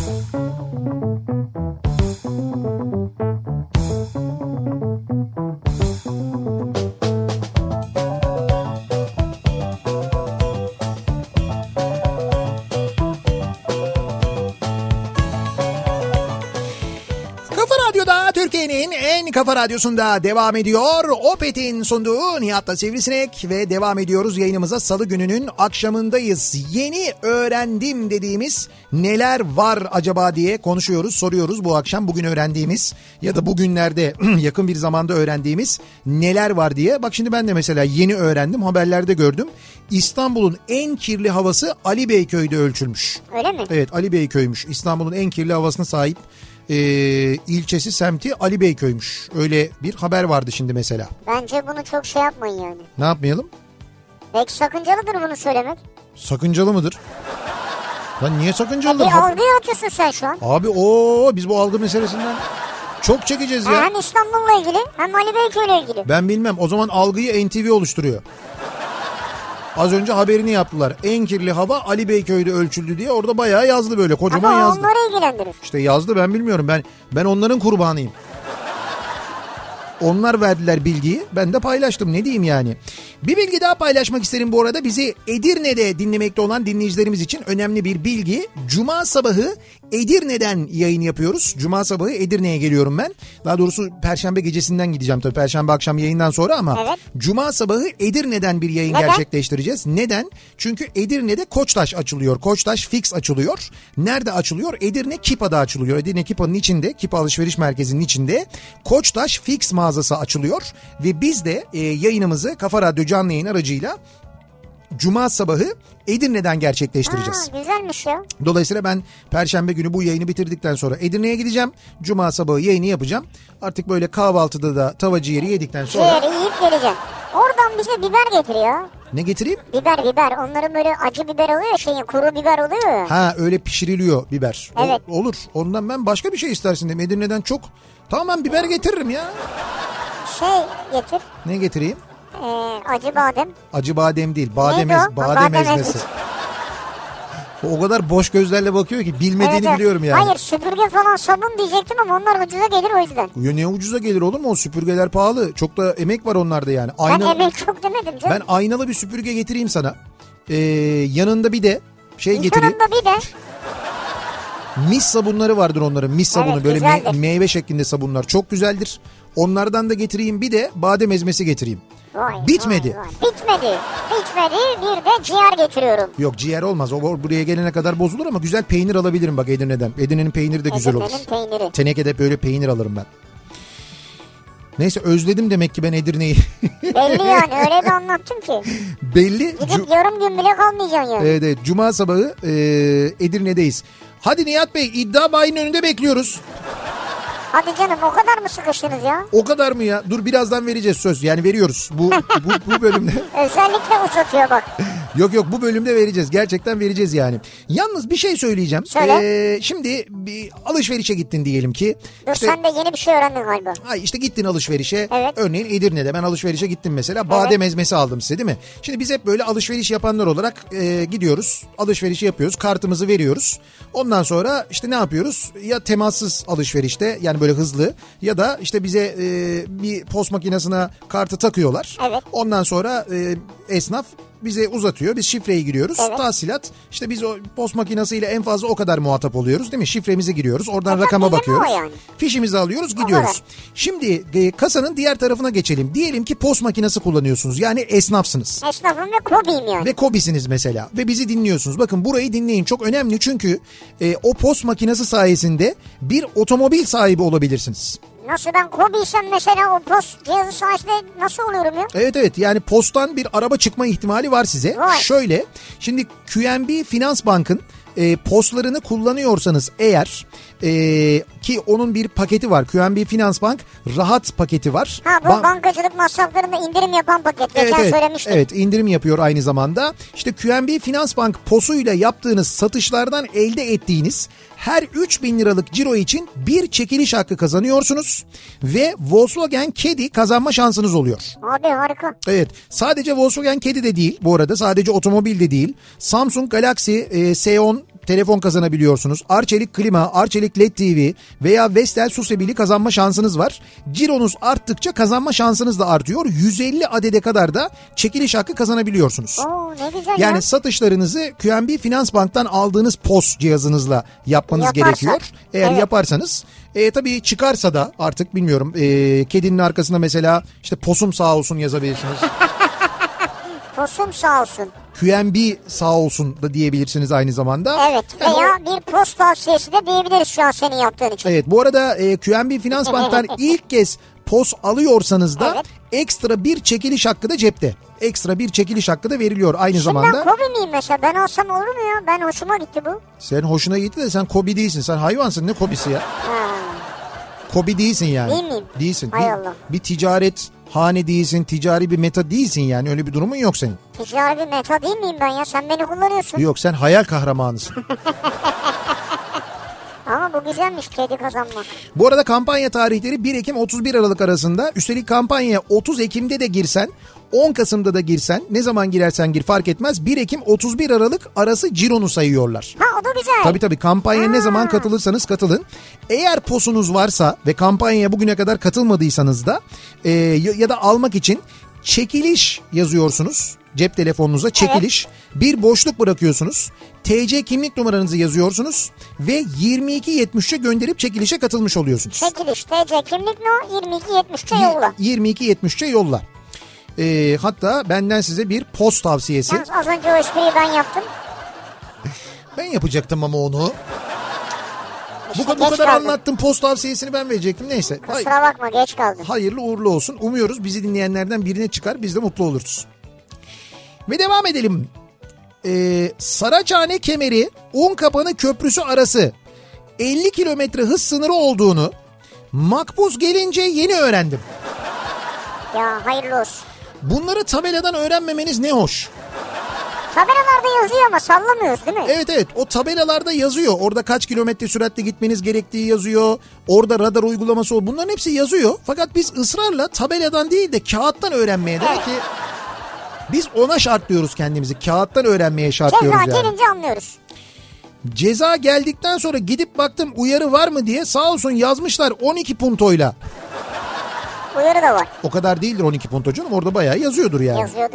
Türkiye'nin en kafa radyosunda devam ediyor. Opet'in sunduğu Nihat'la Sivrisinek ve devam ediyoruz yayınımıza. Salı gününün akşamındayız. Yeni öğrendim dediğimiz neler var acaba diye konuşuyoruz, soruyoruz bu akşam. Bugün öğrendiğimiz ya da bugünlerde yakın bir zamanda öğrendiğimiz neler var diye. Bak şimdi ben de mesela yeni öğrendim, haberlerde gördüm. İstanbul'un en kirli havası Ali Beyköy'de ölçülmüş. Öyle mi? Evet, Ali Beyköy'müş. İstanbul'un en kirli havasına sahip Ee, ilçesi, semti Ali Beyköy'müş. Öyle bir haber vardı şimdi mesela. Bence bunu çok şey yapmayın yani. Ne yapmayalım? Belki sakıncalıdır bunu söylemek. Sakıncalı mıdır? Lan niye sakıncalıdır? Bir algı yaratıyorsun sen şu an. Abi o biz bu algı meselesinden çok çekeceğiz ya. Hem İstanbul'la ilgili hem Ali Beyköy'le ilgili. Ben bilmem, o zaman algıyı N T V oluşturuyor. Az önce haberini yaptılar. En kirli hava Ali Beyköy'de ölçüldü diye, orada bayağı yazdı, böyle kocaman ama yazdı. Ama onları ilgilendirir. İşte yazdı, ben bilmiyorum. Ben ben onların kurbanıyım. Onlar verdiler bilgiyi, ben de paylaştım, ne diyeyim yani. Bir bilgi daha paylaşmak isterim bu arada. Bizi Edirne'de dinlemekte olan dinleyicilerimiz için önemli bir bilgi. Cuma sabahı Edirne'den yayın yapıyoruz. Cuma sabahı Edirne'ye geliyorum ben. Daha doğrusu Perşembe gecesinden gideceğim tabii, Perşembe akşam yayından sonra ama evet. Cuma sabahı Edirne'den bir yayın Neden? gerçekleştireceğiz. Neden? Çünkü Edirne'de Koçtaş açılıyor. Koçtaş Fix açılıyor. Nerede açılıyor? Edirne Kipa'da açılıyor. Edirne Kipa'nın içinde, Kipa Alışveriş Merkezi'nin içinde Koçtaş Fix mağazası açılıyor ve biz de e, yayınımızı Kafa Radyo canlı yayın aracıyla Cuma sabahı Edirne'den gerçekleştireceğiz. Ha, güzelmiş ya. Dolayısıyla ben Perşembe günü bu yayını bitirdikten sonra Edirne'ye gideceğim. Cuma sabahı yayını yapacağım. Artık böyle kahvaltıda da tava ciğeri yedikten sonra... Ciğeri yiyip geleceğim. Oradan bize biber getir ya. Ne getireyim? Biber biber. Onların böyle acı biber oluyor ya, şeyin kuru biber oluyor ya. Ha, öyle pişiriliyor biber. Evet. O, olur. Ondan ben başka bir şey istersin dedim. Edirne'den çok. Tamam, ben biber getiririm ya. Şey getir. Ne getireyim? Ee, acı badem. Acı badem değil. Badem, Neydi ez, o? badem, Badem ezmesi. ezmesi. O kadar boş gözlerle bakıyor ki bilmediğini evet, biliyorum yani. Hayır, süpürge falan, sabun diyecektim ama onlar ucuza gelir o yüzden. Ya niye ucuza gelir oğlum, o süpürgeler pahalı. Çok da emek var onlarda yani. Ben emek çok demedim canım. Ben aynalı bir süpürge getireyim sana. Ee, yanında bir de şey getireyim. Yanında bir de. Mis sabunları vardır onların, mis sabunu, Evet, böyle me- güzeldir. meyve şeklinde sabunlar çok güzeldir. Onlardan da getireyim, bir de badem ezmesi getireyim. Vay, Bitmedi. Vay, vay. Bitmedi. Bitmedi. Bir de ciğer getiriyorum. Yok, ciğer olmaz. O buraya gelene kadar bozulur ama güzel peynir alabilirim bak Edirne'den. Edirne'nin peyniri de güzel olur. Edirne'nin peyniri. Tenekede böyle peynir alırım ben. Neyse, özledim demek ki ben Edirne'yi. Belli yani, öyle bir anlattım ki. Belli. Gidip Cu- yarım gün bile kalmayacaksın yani. Evet, evet. Cuma sabahı e, Edirne'deyiz. Hadi Nihat Bey, iddia bayinin önünde bekliyoruz. Hadi canım, o kadar mı sıkıştınız ya? O kadar mı ya? Dur, birazdan vereceğiz, söz. Yani veriyoruz bu bu, bu bölümde. Özellikle uzatıyor bak. Yok yok, bu bölümde vereceğiz. Gerçekten vereceğiz yani. Yalnız bir şey söyleyeceğim. Söyle. Ee, şimdi bir alışverişe gittin diyelim ki. Dur İşte, sen de yeni bir şey öğrendin galiba. ay işte gittin alışverişe. Evet. Örneğin Edirne'de ben alışverişe gittim mesela. Badem Evet. ezmesi aldım size, değil mi? Şimdi biz hep böyle alışveriş yapanlar olarak e, gidiyoruz. Alışverişi yapıyoruz. Kartımızı veriyoruz. Ondan sonra işte ne yapıyoruz? Ya temassız alışverişte, yani böyle hızlı, ya da işte bize e, bir post makinesine kartı takıyorlar. Evet. Ondan sonra e, esnaf bize uzatıyor. Biz şifreyi giriyoruz. Evet. Tahsilat, işte biz o post makinesiyle en fazla o kadar muhatap oluyoruz, değil mi? Şifremizi giriyoruz. Oradan E, rakama bizim bakıyoruz. o yani. Fişimizi alıyoruz, gidiyoruz. Şimdi e, kasanın diğer tarafına geçelim. Diyelim ki post makinesi kullanıyorsunuz. Yani esnafsınız. Esnafım ve kobiyim yani. Ve kobisiniz mesela. Ve bizi dinliyorsunuz. Bakın, burayı dinleyin. Çok önemli, çünkü e, o post makinesi sayesinde bir otomobil sahibi olabilirsiniz. Nasıl, ben kobiysem mesela o post cihazı sayesinde nasıl oluyorum ya? Evet evet, yani posttan bir araba çıkma ihtimali var size. Var. Şöyle, şimdi Q N B Finans Bank'ın e, postlarını kullanıyorsanız eğer, e, ki onun bir paketi var. Q N B Finans Bank rahat paketi var. Ha, bu Ban- bankacılık masraflarında indirim yapan paket. Geçen Evet, evet, söylemiştim. evet, indirim yapıyor aynı zamanda. İşte Q N B Finans Bank posuyla yaptığınız satışlardan elde ettiğiniz her üç bin liralık ciro için bir çekiliş hakkı kazanıyorsunuz ve Volkswagen Caddy kazanma şansınız oluyor. Abi harika. Evet, sadece Volkswagen Caddy de değil bu arada, sadece otomobil de değil. Samsung Galaxy e, S on telefon kazanabiliyorsunuz. Arçelik klima, Arçelik L E D T V veya Vestel su sebili kazanma şansınız var. Cironuz arttıkça kazanma şansınız da artıyor. yüz elli adede kadar da çekiliş hakkı kazanabiliyorsunuz. Oo, ne güzel Yani ya. satışlarınızı Q N B Finans Bank'tan aldığınız P O S cihazınızla yapmanız Yaparsak. gerekiyor. Eğer Evet. yaparsanız e, tabii çıkarsa da artık bilmiyorum, e, kedinin arkasına mesela işte posum sağ olsun yazabilirsiniz. Posum sağ olsun. Q N B sağ olsun da diyebilirsiniz aynı zamanda. Evet, Yani veya o- bir post tavsiyesi de diyebiliriz şu an senin yaptığın için. Evet, bu arada e, Q N B Finans Bank'tan ilk kez P O S alıyorsanız da Evet. ekstra bir çekiliş hakkı da cepte. Ekstra bir çekiliş hakkı da veriliyor aynı Şimdi zamanda. ben kobi miyim mesela? Ben olsam olur mu ya? Ben hoşuma gitti bu. Sen hoşuna gitti de sen kobi değilsin. Sen hayvansın, ne kobisi ya? Ha. Kobi değilsin yani. Değil miyim? Değilsin. Hay Bir- Allah. Bir ticaret hane değilsin, ticari bir meta değilsin yani. Öyle bir durumun yok senin. Ticari bir meta değil miyim ben ya? Sen beni kullanıyorsun. Yok, sen hayal kahramanısın. Ama bu güzelmiş, kedi kazanmak. Bu arada kampanya tarihleri bir Ekim otuz bir Aralık arasında. Üstelik kampanyaya otuz Ekim'de de girsen, on Kasım'da da girsen, ne zaman girersen gir fark etmez. bir Ekim otuz bir Aralık arası cironu sayıyorlar. Ha, o da güzel. Tabii tabii, kampanyaya ne Ha. zaman katılırsanız katılın. Eğer posunuz varsa ve kampanyaya bugüne kadar katılmadıysanız da e, ya, ya da almak için çekiliş yazıyorsunuz. Cep telefonunuza çekiliş. Bir boşluk bırakıyorsunuz. T C kimlik numaranızı yazıyorsunuz ve yirmi iki yetmiş üçe gönderip çekilişe katılmış oluyorsunuz. Çekiliş, T C kimlik ne o? yirmi iki yetmişe yolla. yirmi iki yetmiş üçe yolla. E, hatta benden size bir post tavsiyesi. Yalnız az önce o espriyi ben yaptım. Ben yapacaktım ama onu. Bu, İşte bu geç kadar kaldın. anlattım, post tavsiyesini ben verecektim, neyse. Hay- Kusura bakma, geç kaldın. Hayırlı uğurlu olsun. Umuyoruz bizi dinleyenlerden birine çıkar, biz de mutlu oluruz. Ve devam edelim. Ee, Saraçhane Kemeri Unkapanı Köprüsü arası elli kilometre hız sınırı olduğunu makbuz gelince yeni öğrendim. Ya hayırlı olsun. Bunları tabeladan öğrenmemeniz ne hoş. Tabelalarda yazıyor ama sallamıyoruz değil mi? Evet evet, o tabelalarda yazıyor. Orada kaç kilometre süratle gitmeniz gerektiği yazıyor. Orada radar uygulaması ol. Bunların hepsi yazıyor. Fakat biz ısrarla tabeladan değil de kağıttan öğrenmeye, demek ki biz ona şartlıyoruz kendimizi. Kağıttan öğrenmeye şartlıyoruz Ceza yani. gelince anlıyoruz. Ceza geldikten sonra gidip baktım uyarı var mı diye, sağ olsun yazmışlar on iki puntoyla. Uyarı da var. O kadar değildir on iki punto canım, orada bayağı yazıyordur yani. Yazıyordur.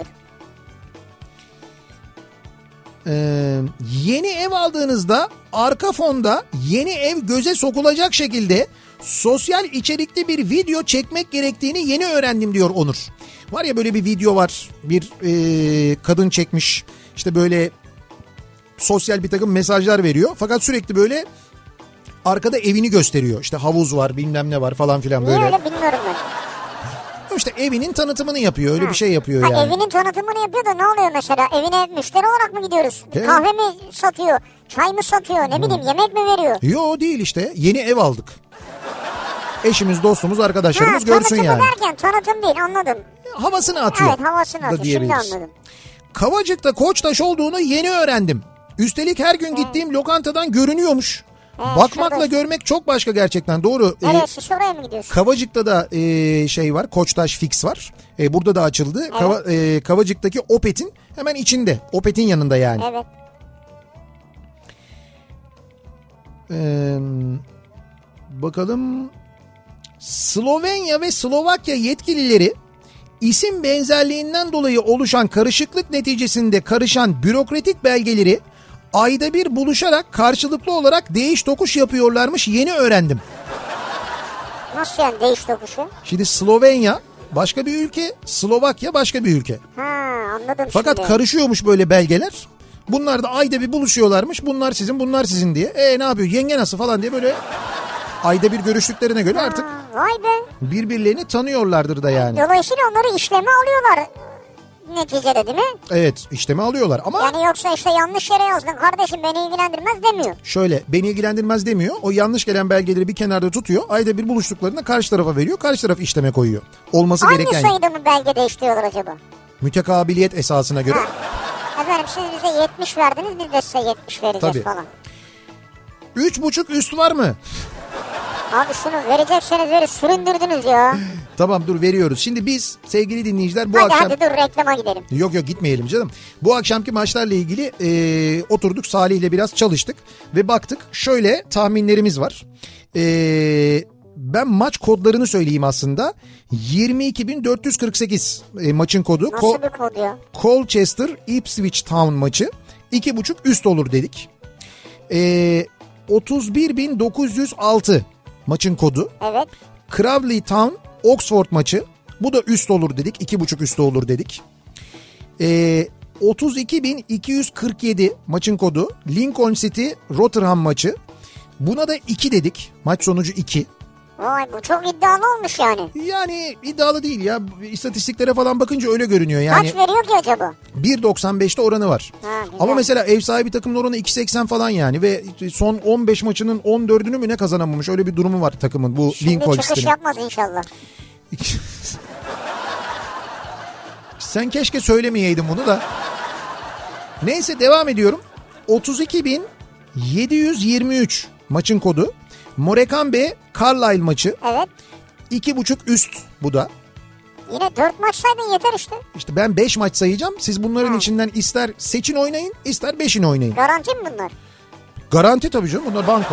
Ee, yeni ev aldığınızda arka fonda yeni ev göze sokulacak şekilde sosyal içerikli bir video çekmek gerektiğini yeni öğrendim diyor Onur. Var ya, böyle bir video var, bir e, kadın çekmiş, işte böyle sosyal bir takım mesajlar veriyor fakat sürekli böyle arkada evini gösteriyor, işte havuz var bilmem ne var falan filan Niye böyle. öyle bilmiyorum ben. canım, işte evinin tanıtımını yapıyor, öyle ha. bir şey yapıyor ha, yani. Evinin tanıtımını yapıyor da ne oluyor mesela? Evine müşteri olarak mı gidiyoruz? He. Kahve mi satıyor? Çay mı satıyor? Ne hmm. bileyim yemek mi veriyor? Yo değil işte, yeni ev aldık. Eşimiz, dostumuz, arkadaşlarımız ha, görsün yani. Tanıtımı derken tanıtım değil, anladım. Havasını atıyor. Evet, havasını atıyor, şimdi anladım. Kavacık'ta Koçtaş olduğunu yeni öğrendim. Üstelik her gün gittiğim lokantadan görünüyormuş. He, bakmakla şurada. Görmek çok başka gerçekten, doğru. Neresi, şuraya mı gidiyorsun? Kavacık'ta da e, şey var, Koçtaş Fix var. E, burada da açıldı. Evet. Kava, e, Kavacık'taki Opet'in hemen içinde. Opet'in yanında yani. Evet. Ee, bakalım. Slovenya ve Slovakya yetkilileri isim benzerliğinden dolayı oluşan karışıklık neticesinde karışan bürokratik belgeleri ayda bir buluşarak karşılıklı olarak değiş tokuş yapıyorlarmış, yeni öğrendim. Nasıl yani değiş tokuşu? Şimdi Slovenya başka bir ülke, Slovakya başka bir ülke. Ha, anladım. Fakat şimdi karışıyormuş böyle belgeler. Bunlar da ayda bir buluşuyorlarmış. Bunlar sizin, bunlar sizin diye. E ne yapıyor? Yenge nasıl falan diye böyle ayda bir görüştüklerine göre artık ha, vay be. birbirlerini tanıyorlardır da yani. Dolayısıyla onları işleme alıyorlar neticede, değil mi? Evet, işleme alıyorlar ama... Yani yoksa işte yanlış yere yazdın kardeşim, beni ilgilendirmez demiyor. Şöyle, beni ilgilendirmez demiyor. O yanlış gelen belgeleri bir kenarda tutuyor. Ayda bir buluştuklarında karşı tarafa veriyor. Karşı taraf işleme koyuyor. Olması Aynı gereken... Aynı sayıda mı belge değiştiriyorlar acaba? Mütekabiliyet esasına göre. Ha. Efendim siz bize yetmiş verdiniz, biz de size yetmiş vereceğiz. Tabii. Falan. Üç buçuk üst var mı? Abi şunu verecekseniz verin, süründürdünüz ya. Tamam dur, veriyoruz. Şimdi biz sevgili dinleyiciler bu hadi, akşam... Hadi dur reklama gidelim. Yok yok gitmeyelim canım. Bu akşamki maçlarla ilgili e, oturduk Salih'le biraz çalıştık ve baktık. Şöyle tahminlerimiz var. E, ben maç kodlarını söyleyeyim aslında. yirmi iki bin dört yüz kırk sekiz e, maçın kodu. Nasıl Col- bir kod ya? Colchester Ipswich Town maçı. iki buçuk üst olur dedik. E, otuz bir bin dokuz yüz altı maçın kodu. Evet. Crawley Town Oxford maçı. Bu da üst olur dedik. iki buçuk üstü olur dedik. Ee, otuz iki bin iki yüz kırk yedi maçın kodu. Lincoln City Rotherham maçı. Buna da iki dedik. Maç sonucu iki. Vay, bu çok iddialı olmuş yani. Yani iddialı değil ya. İstatistiklere falan bakınca öyle görünüyor. Yani kaç veriyor ki acaba? bir doksan beşte oranı var. Ha, ama mesela ev sahibi takımın oranı iki seksen falan yani. Ve son on beş maçının on dördünü mü ne kazanamamış? Öyle bir durumu var takımın bu şimdi Lincoln City'nin. Şimdi çıkış yapmaz inşallah. Sen keşke söylemeyeydin bunu da. Neyse devam ediyorum. otuz iki bin yedi yüz yirmi üç maçın kodu. Morecambe Carlisle maçı. Evet. iki buçuk üst bu da. Yine dört maç saydın yeter işte. İşte ben beş maç sayacağım. Siz bunların ha. içinden ister seçin oynayın, ister beşin oynayın. Garanti mi bunlar? Garanti tabii canım, bunlar banko.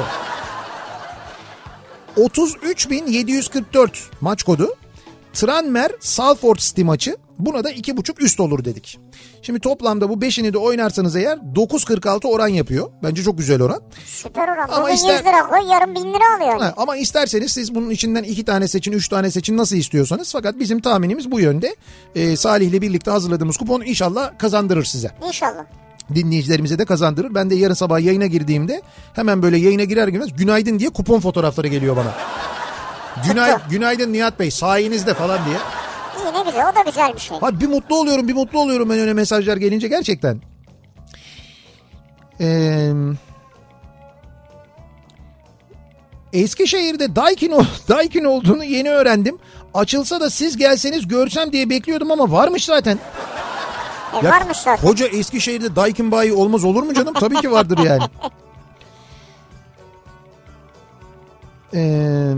otuz üç bin yedi yüz kırk dört maç kodu. Tranmere Salford City maçı. Buna da iki buçuk üst olur dedik. Şimdi toplamda bu beşini de oynarsanız eğer dokuz kırk altı oran yapıyor. Bence çok güzel oran. Süper oran. Ama bugün ister... yüz lira koy, yarın bin lira alıyor. Ha, ama isterseniz siz bunun içinden iki tane seçin, üç tane seçin, nasıl istiyorsanız. Fakat bizim tahminimiz bu yönde. Ee, Salih ile birlikte hazırladığımız kupon inşallah kazandırır size. İnşallah. Dinleyicilerimize de kazandırır. Ben de yarın sabah yayına girdiğimde hemen böyle yayına girer girmez günaydın diye kupon fotoğrafları geliyor bana. Günay, günaydın Nihat Bey, sayenizde falan diye. İyi, ne güzel, o da güzel bir şey. Ha, bir mutlu oluyorum bir mutlu oluyorum ben öyle mesajlar gelince gerçekten. Ee, Eskişehir'de Daikin, Daikin olduğunu yeni öğrendim. Açılsa da siz gelseniz görsem diye bekliyordum ama varmış zaten. E, ya, varmış zaten. Hoca Eskişehir'de Daikin bayi olmaz olur mu canım? Tabii ki vardır yani. Eee...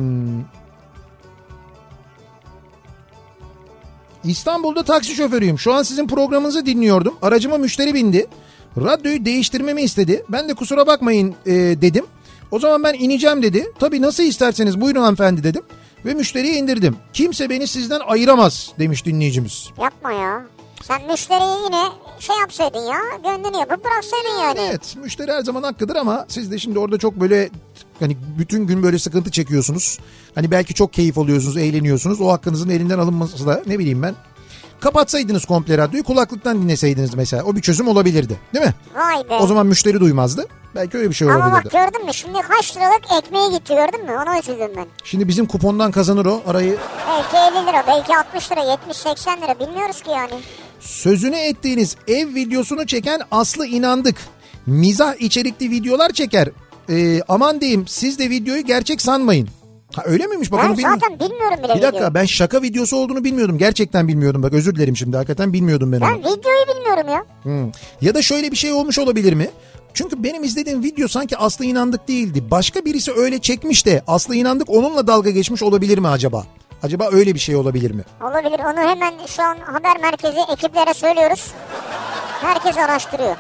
İstanbul'da taksi şoförüyüm. Şu an sizin programınızı dinliyordum. Aracıma müşteri bindi. Radyoyu değiştirmemi istedi. Ben de kusura bakmayın e, dedim. O zaman ben ineceğim dedi. Tabii nasıl isterseniz buyurun hanımefendi dedim. Ve müşteriyi indirdim. Kimse beni sizden ayıramaz demiş dinleyicimiz. Yapma ya. Sen müşteriyi yine şey yapsaydın ya. Gönlünü yapıp bıraksaydın yani. Evet, müşteri her zaman hakkıdır ama siz de şimdi orada çok böyle hani bütün gün böyle sıkıntı çekiyorsunuz. Hani belki çok keyif alıyorsunuz, eğleniyorsunuz. O hakkınızın elinden alınması da ne bileyim ben. Kapatsaydınız komple radyoyu, kulaklıktan dinleseydiniz mesela. O bir çözüm olabilirdi, değil mi? Vay be. O zaman müşteri duymazdı. Belki öyle bir şey Ama olabilirdi. bak gördün mü şimdi kaç liralık ekmeğe gitti gördün mü? Ona üzüldüm ben. Şimdi bizim kupondan kazanır o arayı. Belki elli lira, belki altmış lira, yetmiş seksen lira bilmiyoruz ki yani. Sözünü ettiğiniz ev videosunu çeken Aslı inandık. Mizah içerikli videolar çeker. Ee, aman diyeyim siz de videoyu gerçek sanmayın. Ha öyle miymiş? Bak, Ben onu bilmiyorum. zaten bilmiyorum bile. Bir dakika videoyu. ben şaka videosu olduğunu bilmiyordum. Gerçekten bilmiyordum. Bak özür dilerim şimdi. Hakikaten bilmiyordum ben onu. Ben videoyu bilmiyorum ya. Hmm. Ya da şöyle bir şey olmuş olabilir mi? Çünkü benim izlediğim video sanki Aslı İnandık değildi. Başka birisi öyle çekmiş de Aslı İnandık onunla dalga geçmiş olabilir mi acaba? Acaba öyle bir şey olabilir mi? Olabilir. Onu hemen şu an haber merkezi ekiplere söylüyoruz. Herkes araştırıyor.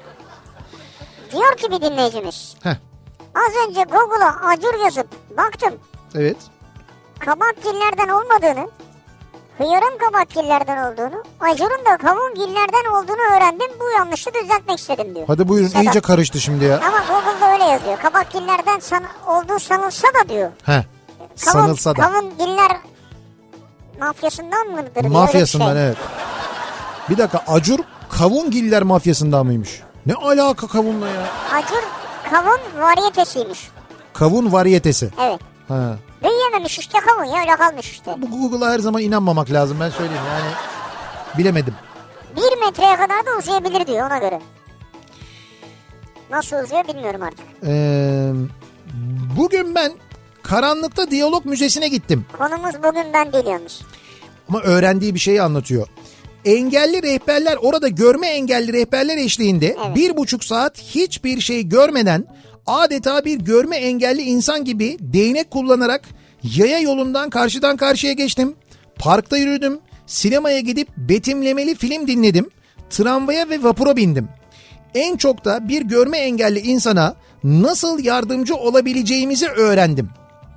Diyor ki bir dinleyicimiz. Heh. Az önce Google'a acur yazıp baktım. Evet. Kabakgillerden olmadığını, hıyarın kabakgillerden olduğunu, acurun da kavungillerden olduğunu öğrendim. Bu yanlışı düzeltmek istedim diyor. Hadi buyurun Sedat. iyice karıştı şimdi ya. Ama Google'da öyle yazıyor. Kabakgillerden san olduğu sanılsa da diyor. Heh. Kavun, Sanılsa da. Kavungiller mafyasından mıdır? diyor, Mafyasından öyle bir şey. evet. Bir dakika acur kavungiller mafyasından mıymış? Ne alaka kavunla ya? Acur kavun varyetesiymiş. Kavun varyetesi. Evet. Ha. Büyüyememiş işte kavun ya öyle kalmış işte. Bu Google'a her zaman inanmamak lazım ben söyleyeyim yani. Bilemedim. Bir metreye kadar da uzayabilir diyor ona göre. Nasıl uzuyor bilmiyorum artık. Ee, bugün ben Karanlıkta Diyalog Müzesi'ne gittim. Konumuz bugün ben biliyormuş. Ama öğrendiği bir şeyi anlatıyor. Engelli rehberler orada görme engelli rehberler eşliğinde Evet. bir buçuk saat hiçbir şey görmeden adeta bir görme engelli insan gibi değnek kullanarak yaya yolundan karşıdan karşıya geçtim. Parkta yürüdüm. Sinemaya gidip betimlemeli film dinledim. Tramvaya ve vapura bindim. En çok da bir görme engelli insana nasıl yardımcı olabileceğimizi öğrendim.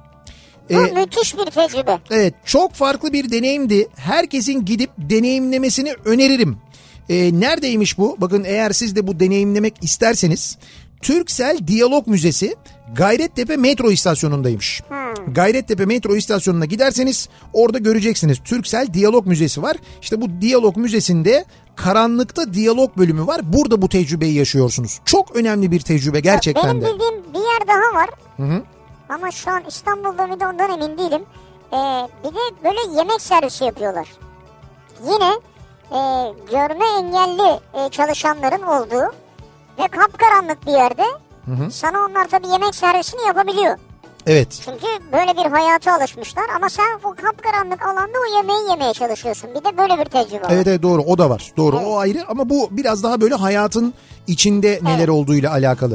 Bu Ee, müthiş bir tecrübe. Evet çok farklı bir deneyimdi. Herkesin gidip deneyimlemesini öneririm. Ee, neredeymiş bu? Bakın eğer siz de bu deneyimlemek isterseniz Türksel Diyalog Müzesi Gayrettepe metro istasyonundaymış. Hmm. Gayrettepe metro istasyonuna giderseniz orada göreceksiniz. Türksel Diyalog Müzesi var. İşte bu Diyalog Müzesi'nde Karanlıkta Diyalog bölümü var. Burada bu tecrübeyi yaşıyorsunuz. Çok önemli bir tecrübe gerçekten Benim de. bildiğim bir yer daha var. Hı hı. Ama şu an İstanbul'da mıydı ondan emin değilim. Ee, bir de böyle yemek servisi yapıyorlar. Yine e, görme engelli e, çalışanların olduğu ve kapkaranlık bir yerde Hı hı. sana onlar tabii yemek servisini yapabiliyor. Evet. Çünkü böyle bir hayata alışmışlar ama sen o kapkaranlık alanda o yemeği yemeye çalışıyorsun. Bir de böyle bir tecrübe var. Evet evet doğru o da var. Doğru Evet. o ayrı ama bu biraz daha böyle hayatın içinde neler Evet. olduğuyla alakalı.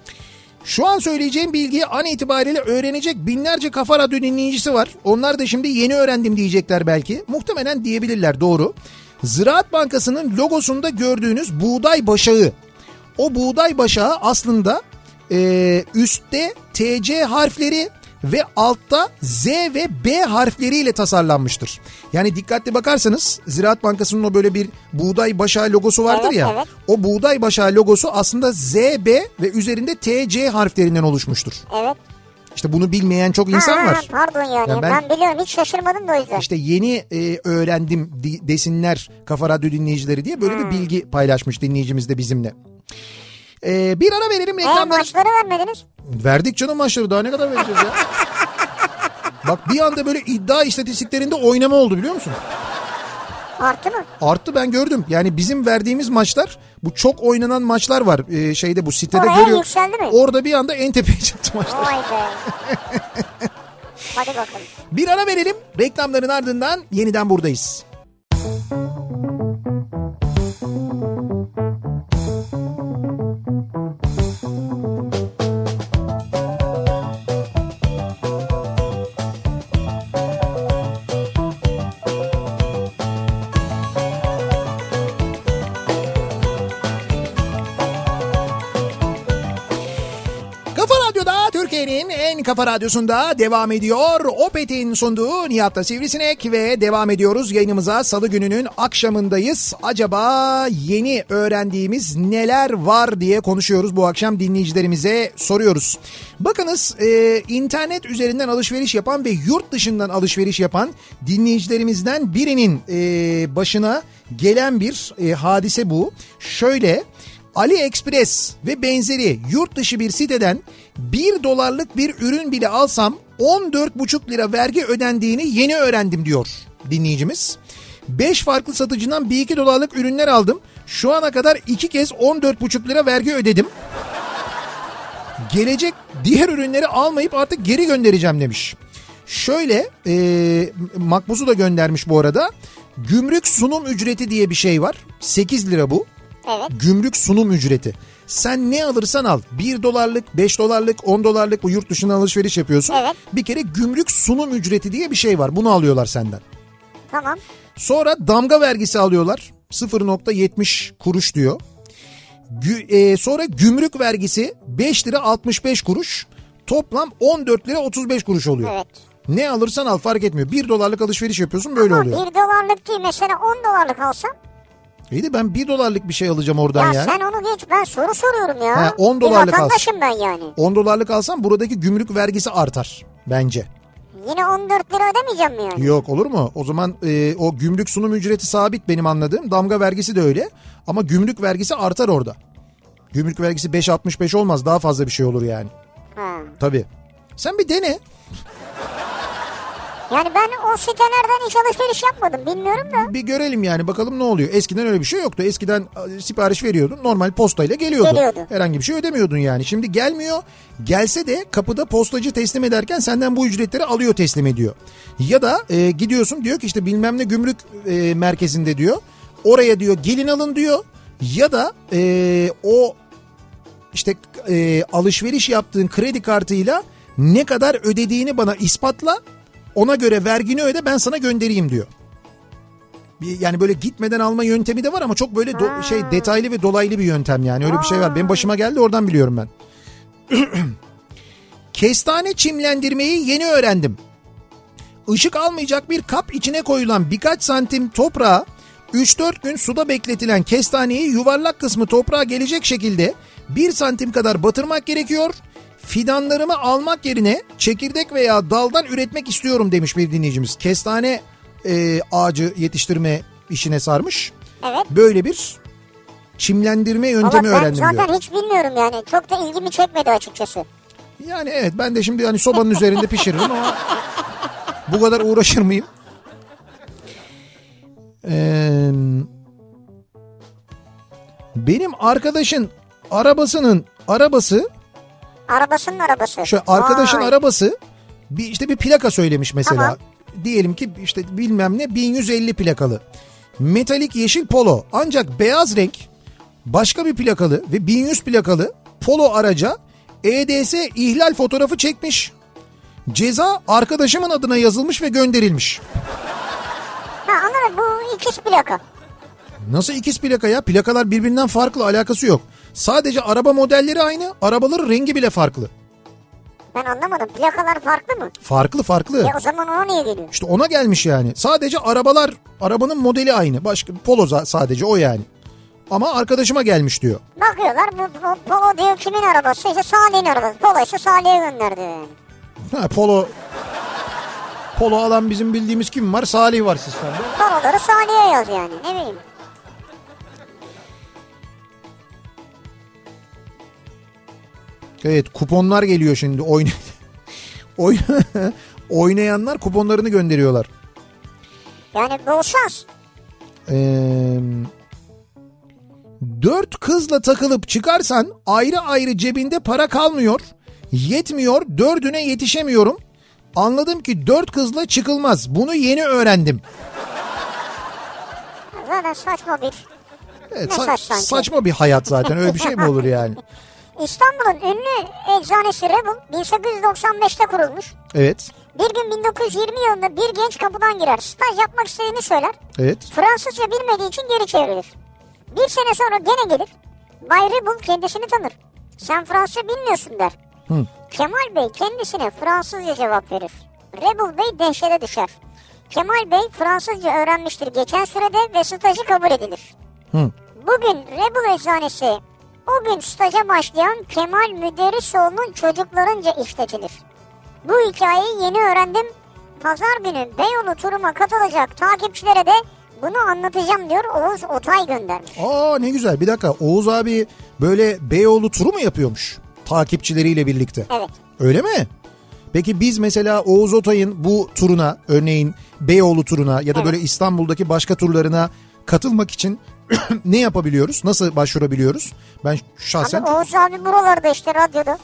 Şu an söyleyeceğim bilgiyi an itibariyle öğrenecek binlerce Kafa Radyo dinleyicisi var. Onlar da şimdi yeni öğrendim diyecekler belki. Muhtemelen diyebilirler doğru. Ziraat Bankası'nın logosunda gördüğünüz buğday başağı. O buğday başağı aslında e, üstte T C harfleri ve altta Z ve B harfleriyle tasarlanmıştır. Yani dikkatli bakarsanız Ziraat Bankası'nın o böyle bir buğday başağı logosu vardır Evet, ya. evet. O buğday başağı logosu aslında Z, B ve üzerinde T C harflerinden oluşmuştur. Evet. İşte bunu bilmeyen çok insan ha, var. Pardon yani Ya ben, ben- biliyorum hiç şaşırmadım da o yüzden. İşte yeni e, öğrendim di- desinler Kafa Radyo dinleyicileri diye böyle bir bilgi paylaşmış dinleyicimiz de bizimle. E, bir ara verelim E reklamlar. maçları vermediniz. Verdik canım maçları daha ne kadar vereceğiz ya? Bak bir anda böyle iddia istatistiklerinde oynama oldu biliyor musun? Arttı mı? Arttı ben gördüm. Yani bizim verdiğimiz maçlar bu çok oynanan maçlar var ee, şeyde bu sitede Oraya görüyorum. yükseldi mi? Orada bir anda en tepeye çıktı maçlar. Vay be. Hadi bakalım. Bir ara verelim. Reklamların ardından yeniden buradayız. Kafa Radyo'da Türkiye'nin en kafa radyosunda devam ediyor. Opet'in sunduğu Nihat'la Sivrisinek ve devam ediyoruz yayınımıza. Salı gününün akşamındayız. Acaba yeni öğrendiğimiz neler var diye konuşuyoruz. Bu akşam dinleyicilerimize soruyoruz. Bakınız e, internet üzerinden alışveriş yapan ve yurt dışından alışveriş yapan dinleyicilerimizden birinin e, başına gelen bir e, hadise bu. Şöyle... AliExpress ve benzeri yurt dışı bir siteden bir dolarlık bir ürün bile alsam on dört buçuk lira vergi ödendiğini yeni öğrendim diyor dinleyicimiz. beş farklı satıcıdan bir iki dolarlık ürünler aldım. Şu ana kadar iki kez on dört buçuk lira vergi ödedim. Gelecek diğer ürünleri almayıp artık geri göndereceğim demiş. Şöyle e, makbuzu da göndermiş bu arada. Gümrük sunum ücreti diye bir şey var. sekiz lira bu. Evet. Gümrük sunum ücreti. Sen ne alırsan al. bir dolarlık, beş dolarlık, on dolarlık bu yurt dışına alışveriş yapıyorsun. Evet. Bir kere gümrük sunum ücreti diye bir şey var. Bunu alıyorlar senden. Tamam. Sonra damga vergisi alıyorlar. sıfır virgül yetmiş kuruş diyor. Gü, e, sonra gümrük vergisi beş lira altmış beş kuruş. Toplam on dört lira otuz beş kuruş oluyor. Evet. Ne alırsan al fark etmiyor. bir dolarlık alışveriş yapıyorsun böyle Ama oluyor. bir dolarlık değil, mesela on dolarlık alsam. İyi de ben bir dolarlık bir şey alacağım oradan Ya yani. sen onu geç, ben soru soruyorum ya. He, on dolarlık bir vatandaşım ben yani. on dolarlık alsam buradaki gümrük vergisi artar bence. Yine on dört lira ödemeyeceğim mi yani? Yok, olur mu? O zaman e, o gümrük sunum ücreti sabit benim anladığım. Damga vergisi de öyle. Ama gümrük vergisi artar orada. Gümrük vergisi beş altmış beş olmaz, daha fazla bir şey olur yani. Ha. Tabii. Sen bir dene. Yani ben o sitelerden hiç alışveriş yapmadım, bilmiyorum da. Bir görelim yani, bakalım ne oluyor. Eskiden öyle bir şey yoktu. Eskiden sipariş veriyordun, normal postayla geliyordu. Geliyordu. Herhangi bir şey ödemiyordun yani. Şimdi gelmiyor. Gelse de kapıda postacı teslim ederken senden bu ücretleri alıyor, teslim ediyor. Ya da e, gidiyorsun, diyor ki işte bilmem ne gümrük e, merkezinde diyor. Oraya diyor gelin alın diyor. Ya da e, o işte e, alışveriş yaptığın kredi kartıyla ne kadar ödediğini bana ispatla. Ona göre vergini öde, ben sana göndereyim diyor. Yani böyle gitmeden alma yöntemi de var ama çok böyle do- şey detaylı ve dolaylı bir yöntem yani. Öyle bir şey var. Benim başıma geldi, oradan biliyorum ben. Kestane çimlendirmeyi yeni öğrendim. Işık almayacak bir kap içine koyulan birkaç santim toprağa üç dört gün suda bekletilen kestaneyi yuvarlak kısmı toprağa gelecek şekilde bir santim kadar batırmak gerekiyor. Fidanlarımı almak yerine çekirdek veya daldan üretmek istiyorum demiş bir dinleyicimiz. Kestane e, ağacı yetiştirme işine sarmış. Evet. Böyle bir çimlendirme yöntemi Vallahi öğrendim ben diyor. zaten hiç bilmiyorum yani. Çok da ilgimi çekmedi açıkçası. Yani evet, ben de şimdi hani sobanın üzerinde pişiririm ama bu kadar uğraşır mıyım? Ee, benim arkadaşın arabasının arabası Arabasının arabası. Şu arkadaşın Vay. arabası bir işte bir plaka söylemiş mesela. Tamam. Diyelim ki işte bilmem ne bin yüz elli plakalı. Metalik yeşil polo, ancak beyaz renk başka bir plakalı ve bin yüz plakalı polo araca E D S ihlal fotoğrafı çekmiş. Ceza arkadaşımın adına yazılmış ve gönderilmiş. Ha anladım, bu ikiz plaka. Nasıl ikiz plaka ya? Plakalar birbirinden farklı, alakası yok. Sadece araba modelleri aynı, arabaların rengi bile farklı. Ben anlamadım, plakalar farklı mı? Farklı farklı. Ya o zaman ona niye geliyor? İşte ona gelmiş yani. Sadece arabalar, arabanın modeli aynı. Başka polo sadece o yani. Ama arkadaşıma gelmiş diyor. Bakıyorlar bu, bu polo diyor kimin arabası? İşte Salih'in arabası. Polo ise Salih'e gönderdi yani. Ha, polo polo alan bizim bildiğimiz kim var? Salih var sistemde. Poloları Salih'e yaz yani, ne bileyim. Evet, kuponlar geliyor şimdi. Oyn Oyn oynayanlar kuponlarını gönderiyorlar. Yani bol şans. Ee, dört kızla takılıp çıkarsan ayrı ayrı cebinde para kalmıyor. Yetmiyor, dördüne yetişemiyorum. Anladım ki dört kızla çıkılmaz. Bunu yeni öğrendim. Zaten saçma bir Evet, mesaj sa- sanki. Saçma bir hayat zaten. Öyle bir şey mi olur yani? İstanbul'un ünlü eczanesi Rebel bin sekiz yüz doksan beşte kurulmuş. Evet. Bir gün bin dokuz yüz yirmi yılında bir genç kapıdan girer. Staj yapmak istediğini söyler. Evet. Fransızca bilmediği için geri çevrilir. Bir sene sonra gene gelir. Bay Rebel kendisini tanır. Sen Fransızca bilmiyorsun der. Hı. Kemal Bey kendisine Fransızca cevap verir. Rebel Bey dehşete düşer. Kemal Bey Fransızca öğrenmiştir geçen sürede ve stajı kabul edilir. Hı. Bugün Rebel eczanesi o gün staja başlayan Kemal Müderrisoğlu'nun çocuklarınca işletilir. Bu hikayeyi yeni öğrendim. Pazar günü Beyoğlu turuma katılacak takipçilere de bunu anlatacağım diyor Oğuz Otay göndermiş. Aa, ne güzel. Bir dakika, Oğuz abi böyle Beyoğlu turu mu yapıyormuş takipçileriyle birlikte? Evet. Öyle mi? Peki biz mesela Oğuz Otay'ın bu turuna, örneğin Beyoğlu turuna ya da evet. böyle İstanbul'daki başka turlarına katılmak için ne yapabiliyoruz? Nasıl başvurabiliyoruz? Ben şahsen... Abi Oğuz abi buralarda işte radyoda.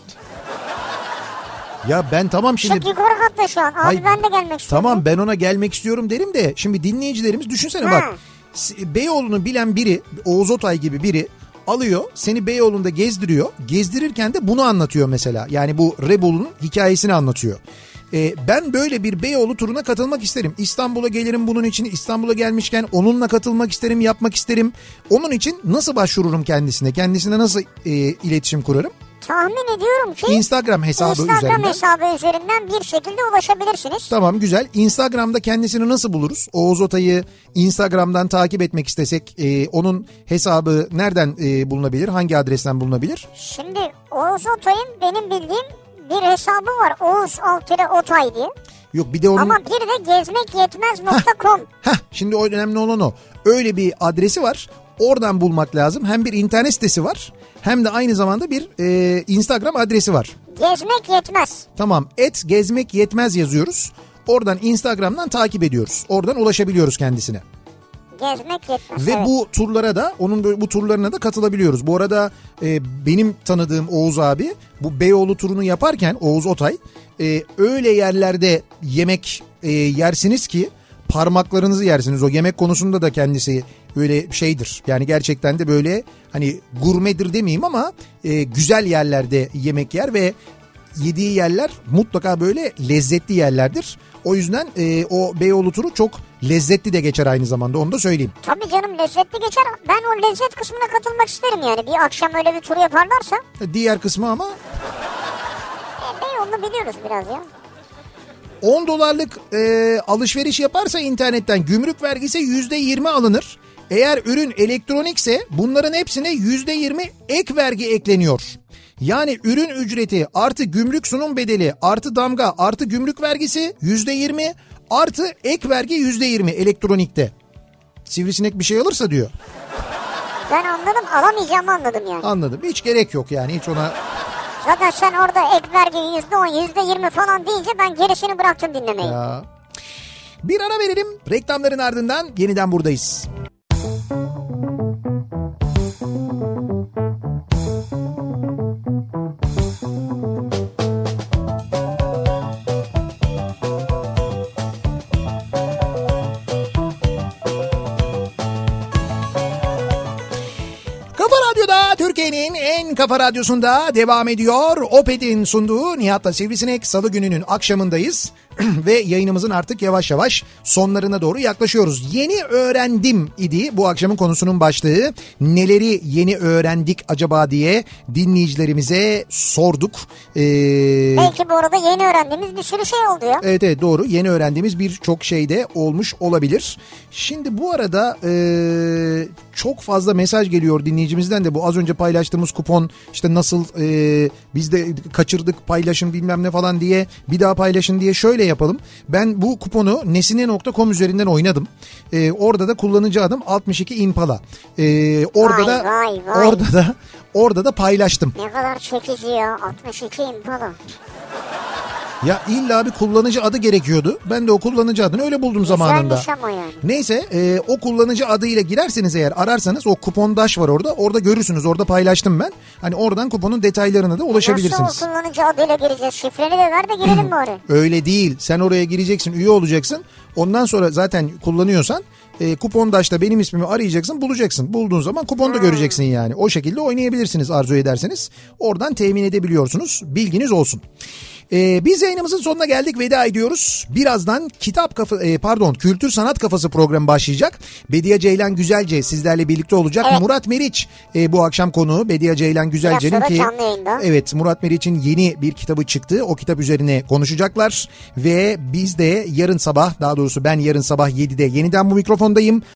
Ya ben tamam şimdi... Çok yukarı katta şu an. Abi Hayır, ben de gelmek istiyorum. Tamam ben ona gelmek istiyorum derim de şimdi dinleyicilerimiz düşünsene ha. Bak. Beyoğlu'nu bilen biri, Oğuz Otay gibi biri alıyor, seni Beyoğlu'nda gezdiriyor. Gezdirirken de bunu anlatıyor mesela. Yani bu Rebolu'nun hikayesini anlatıyor. Ee, ben böyle bir Beyoğlu turuna katılmak isterim. İstanbul'a gelirim bunun için. İstanbul'a gelmişken onunla katılmak isterim, yapmak isterim. Onun için nasıl başvururum kendisine? Kendisine nasıl e, iletişim kurarım? Tahmin ediyorum ki Instagram hesabı Instagram üzerinden. hesabı üzerinden bir şekilde ulaşabilirsiniz. Tamam, güzel. Instagram'da kendisini nasıl buluruz? Oğuz Otay'ı Instagram'dan takip etmek istesek e, onun hesabı nereden e, bulunabilir? Hangi adresten bulunabilir? Şimdi Oğuz Otay'ın benim bildiğim bir hesabı var. Oğuz Altire Otay diye. Yok bir de onun... Ama bir de gezmekyetmez nokta com. Heh, şimdi o önemli olan o. Öyle bir adresi var. Oradan bulmak lazım. Hem bir internet sitesi var. Hem de aynı zamanda bir e, Instagram adresi var. Gezmek yetmez. Tamam. Et gezmek yetmez yazıyoruz. Oradan Instagram'dan takip ediyoruz. Oradan ulaşabiliyoruz kendisine. Gezmek yetmez. Ve evet. bu turlara da, onun bu turlarına da katılabiliyoruz. Bu arada e, benim tanıdığım Oğuz abi bu Beyoğlu turunu yaparken, Oğuz Otay, e, öyle yerlerde yemek e, yersiniz ki parmaklarınızı yersiniz. O yemek konusunda da kendisi böyle şeydir. Yani gerçekten de böyle hani gurmedir demeyeyim ama e, güzel yerlerde yemek yer ve yediği yerler mutlaka böyle lezzetli yerlerdir. O yüzden e, o Beyoğlu turu çok lezzetli de geçer aynı zamanda, onu da söyleyeyim. Tabii canım, lezzetli geçer. Ben o lezzet kısmına katılmak isterim yani. Bir akşam öyle bir tur yaparlarsa. Diğer kısmı ama... E, Beyoğlu'nu biliyoruz biraz ya. on dolarlık e, alışveriş yaparsa internetten gümrük vergisi yüzde yirmi alınır. Eğer ürün elektronikse bunların hepsine yüzde yirmi ek vergi ekleniyor. Yani ürün ücreti artı gümrük sunum bedeli artı damga artı gümrük vergisi yüzde yirmi artı ek vergi yüzde yirmi elektronikte. Sivrisinek bir şey alırsa diyor. Ben anladım, alamayacağımı anladım yani. Anladım, hiç gerek yok yani, hiç ona... Zaten sen orada ek vergi yüzde on yüzde yirmi falan deyince ben gerisini bıraktım dinlemeyi. Ya. Bir ara verelim, reklamların ardından yeniden buradayız. Türkiye'nin en kafa radyosunda devam ediyor. Opet'in sunduğu Nihat'la Sivrisinek, Salı gününün akşamındayız. Ve yayınımızın artık yavaş yavaş sonlarına doğru yaklaşıyoruz. Yeni öğrendim idi bu akşamın konusunun başlığı. Neleri yeni öğrendik acaba diye dinleyicilerimize sorduk. Ee, Belki bu arada yeni öğrendiğimiz bir sürü şey oldu ya. Evet evet, doğru, yeni öğrendiğimiz birçok şey de olmuş olabilir. Şimdi bu arada ee, çok fazla mesaj geliyor dinleyicimizden de, bu az önce paylaştığımız kupon işte nasıl ee, biz de kaçırdık, paylaşın bilmem ne falan diye, bir daha paylaşın diye. Şöyle yapalım. Ben bu kuponu nesine nokta com üzerinden oynadım. Ee, orada da kullanıcı adım altmış iki Impala. Ee, orada vay, da vay, vay. orada da orada da paylaştım. Ne kadar çekici ya, altmış iki Impala. Ya illa bir kullanıcı adı gerekiyordu. Ben de o kullanıcı adını öyle buldum zamanında. Güzelmiş ama yani. Neyse e, o kullanıcı adıyla girerseniz eğer, ararsanız o kupon daş var orada. Orada görürsünüz. Orada paylaştım ben. Hani oradan kuponun detaylarına da ulaşabilirsiniz. Nasıl o kullanıcı adıyla gireceğiz? Şifreni de ver de girelim bari. Öyle değil. Sen oraya gireceksin, üye olacaksın. Ondan sonra zaten kullanıyorsan e, kupon daşta benim ismimi arayacaksın, bulacaksın. Bulduğun zaman kuponu da hmm. göreceksin yani. O şekilde oynayabilirsiniz arzu ederseniz. Oradan temin edebiliyorsunuz. Bilginiz olsun. Ee, biz yayınımızın sonuna geldik, veda ediyoruz. Birazdan kitap kafa, e, pardon Kültür Sanat Kafası programı başlayacak. Bediye Ceylan Güzelce sizlerle birlikte olacak. Evet. Murat Meriç e, bu akşam konuğu. Bediye Ceylan Güzelce'nin ki evet, Murat Meriç'in yeni bir kitabı çıktı. O kitap üzerine konuşacaklar ve biz de yarın sabah, daha doğrusu ben yarın sabah yedide yeniden bu mikrofondayım.